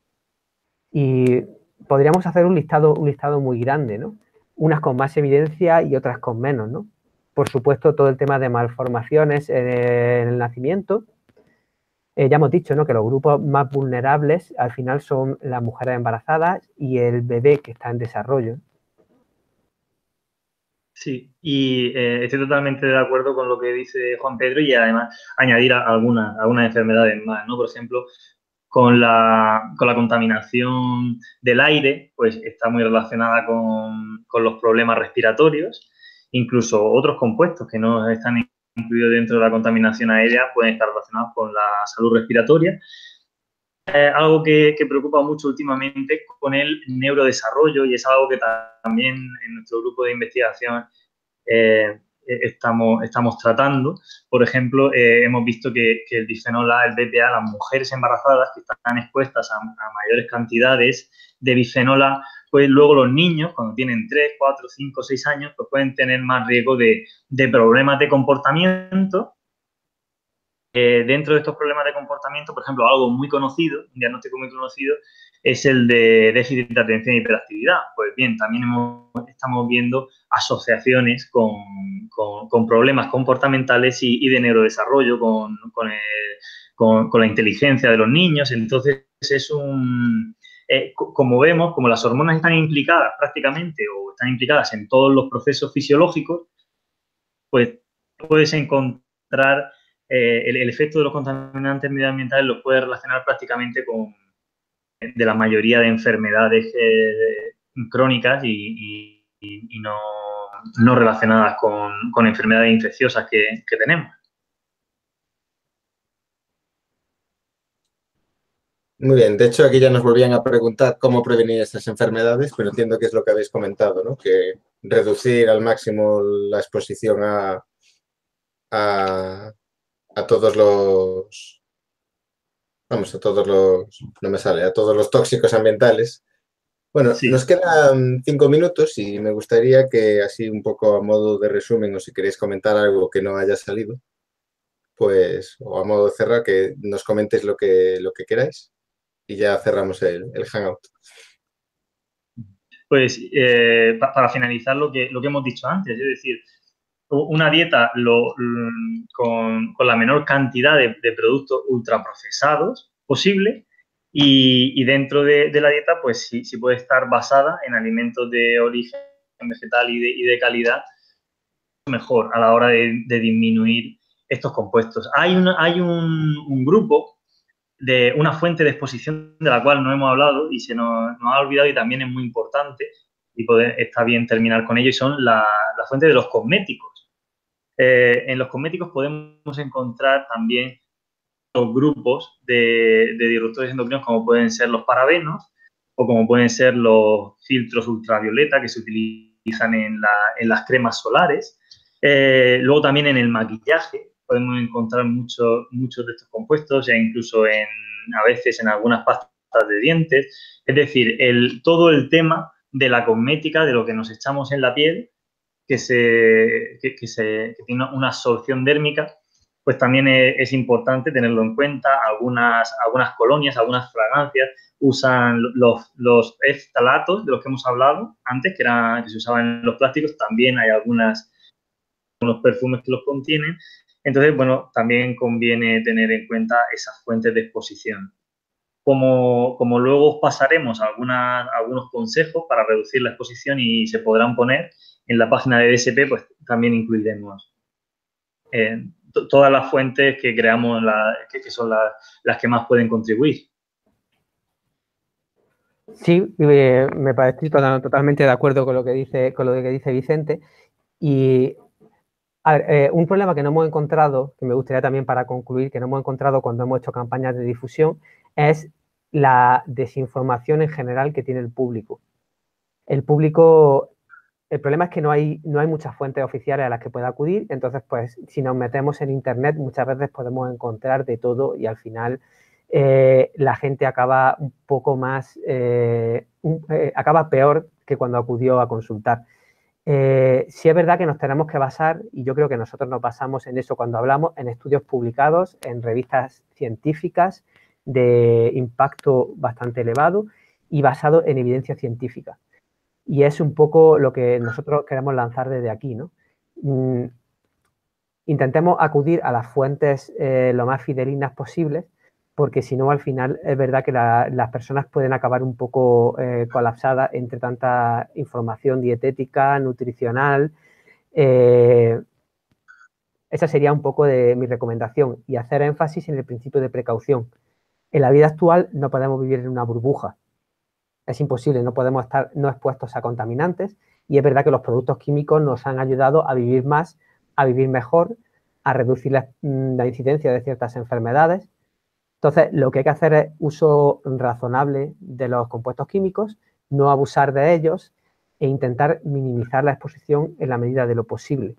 Y podríamos hacer un listado, un listado muy grande, ¿no? Unas con más evidencia y otras con menos, ¿no? Por supuesto, todo el tema de malformaciones en el nacimiento. Eh, ya hemos dicho, ¿no?, que los grupos más vulnerables al final son las mujeres embarazadas y el bebé que está en desarrollo. Sí, y eh, estoy totalmente de acuerdo con lo que dice Juan Pedro y además añadir algunas, algunas enfermedades más, ¿no? Por ejemplo, con la, con la contaminación del aire, pues está muy relacionada con, con los problemas respiratorios. Incluso otros compuestos que no están incluidos dentro de la contaminación aérea pueden estar relacionados con la salud respiratoria. Es algo que, que preocupa mucho últimamente con el neurodesarrollo y es algo que también en nuestro grupo de investigación eh, estamos, estamos tratando. Por ejemplo, eh, hemos visto que, que el bisfenol A, el B P A, las mujeres embarazadas que están expuestas a, a mayores cantidades de bisfenol A, pues luego los niños, cuando tienen tres, cuatro, cinco, seis años, pues pueden tener más riesgo de, de problemas de comportamiento. Eh, dentro de estos problemas de comportamiento, por ejemplo, algo muy conocido, un diagnóstico muy conocido, es el de déficit de atención y hiperactividad. Pues bien, también hemos, estamos viendo asociaciones con, con, con problemas comportamentales y, y de neurodesarrollo, con, con, el, con, con la inteligencia de los niños. Entonces, es un... Eh, como vemos, como las hormonas están implicadas prácticamente o están implicadas en todos los procesos fisiológicos, pues puedes encontrar Eh, el, el efecto de los contaminantes medioambientales los puede relacionar prácticamente con de la mayoría de enfermedades eh, crónicas y, y, y no, no relacionadas con, con enfermedades infecciosas que, que tenemos. Muy bien, de hecho aquí ya nos volvían a preguntar cómo prevenir estas enfermedades, pero entiendo que es lo que habéis comentado, ¿no? Que reducir al máximo la exposición a, a, a todos los, vamos, a todos los, no me sale, a todos los tóxicos ambientales. Bueno, Sí. nos quedan cinco minutos y me gustaría que así un poco a modo de resumen o si queréis comentar algo que no haya salido, pues, o a modo de cerrar, que nos comentéis lo que, lo que queráis y ya cerramos el, el Hangout. Pues eh, pa, para finalizar lo que, lo que hemos dicho antes, es decir, una dieta lo, con, con la menor cantidad de, de productos ultraprocesados posible y, y dentro de, de la dieta pues sí, sí puede estar basada en alimentos de origen vegetal y de, y de calidad mejor a la hora de, de disminuir estos compuestos. Hay, una, hay un, un grupo de una fuente de exposición de la cual no hemos hablado y se nos, nos ha olvidado y también es muy importante y poder, está bien terminar con ello, y son la, la fuente de los cosméticos. Eh, en los cosméticos podemos encontrar también los grupos de, de disruptores endocrinos, como pueden ser los parabenos o como pueden ser los filtros ultravioleta que se utilizan en, la, en las cremas solares. Eh, luego también en el maquillaje podemos encontrar muchos muchos de estos compuestos, e incluso en, a veces en algunas pastas de dientes. Es decir, el, todo el tema de la cosmética, de lo que nos echamos en la piel, que, se, que, que, se, que tiene una absorción dérmica, pues también es, es importante tenerlo en cuenta. Algunas, algunas colonias, algunas fragancias usan los, los ftalatos de los que hemos hablado antes, que, era, que se usaban en los plásticos. También hay algunas, algunos perfumes que los contienen. Entonces, bueno, también conviene tener en cuenta esas fuentes de exposición. Como, como luego os pasaremos algunas, algunos consejos para reducir la exposición y se podrán poner en la página de D S P, pues también incluiremos eh, todas las fuentes que creamos, la, que, que son la, las que más pueden contribuir. Sí, eh, me parece totalmente de acuerdo con lo que dice, con lo que dice Vicente. Y a ver, eh, un problema que no hemos encontrado, que me gustaría también para concluir, que no hemos encontrado cuando hemos hecho campañas de difusión, es la desinformación en general que tiene el público. El público, el problema es que no hay, no hay muchas fuentes oficiales a las que pueda acudir, entonces pues si nos metemos en internet muchas veces podemos encontrar de todo y al final eh, la gente acaba un poco más, eh, un, eh, acaba peor que cuando acudió a consultar. Eh, sí es verdad que nos tenemos que basar, y yo creo que nosotros nos basamos en eso cuando hablamos, en estudios publicados en revistas científicas de impacto bastante elevado y basado en evidencia científica. Y es un poco lo que nosotros queremos lanzar desde aquí, ¿no? Mm, intentemos acudir a las fuentes eh, lo más fidelinas posibles, porque si no, al final es verdad que la, las personas pueden acabar un poco eh, colapsadas entre tanta información dietética, nutricional. Eh, esa sería un poco de mi recomendación, y hacer énfasis en el principio de precaución. En la vida actual no podemos vivir en una burbuja. Es imposible, no podemos estar no expuestos a contaminantes, y es verdad que los productos químicos nos han ayudado a vivir más, a vivir mejor, a reducir la, la incidencia de ciertas enfermedades. Entonces, lo que hay que hacer es uso razonable de los compuestos químicos, no abusar de ellos e intentar minimizar la exposición en la medida de lo posible.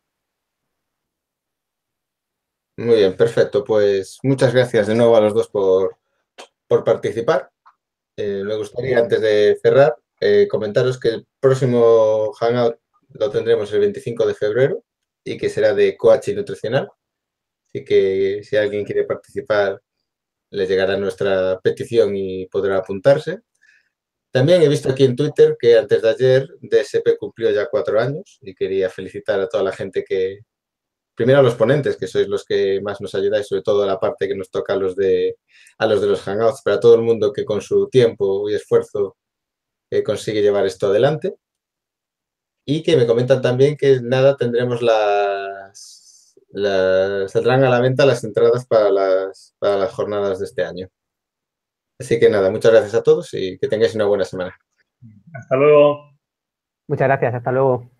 Muy bien, perfecto. Pues muchas gracias de nuevo a los dos por, por participar. Eh, me gustaría, antes de cerrar, eh, comentaros que el próximo Hangout lo tendremos el veinticinco de febrero y que será de coaching nutricional. Así que si alguien quiere participar, le llegará nuestra petición y podrá apuntarse. También he visto aquí en Twitter que antes de ayer D S P cumplió ya cuatro años y quería felicitar a toda la gente que, primero a los ponentes, que sois los que más nos ayudáis, sobre todo a la parte que nos toca a los de, a los, de los Hangouts, pero a todo el mundo que con su tiempo y esfuerzo eh, consigue llevar esto adelante. Y que me comentan también que nada, tendremos las, las saldrán a la venta las entradas para las, para las jornadas de este año. Así que nada, muchas gracias a todos y que tengáis una buena semana. Hasta luego. Muchas gracias, hasta luego.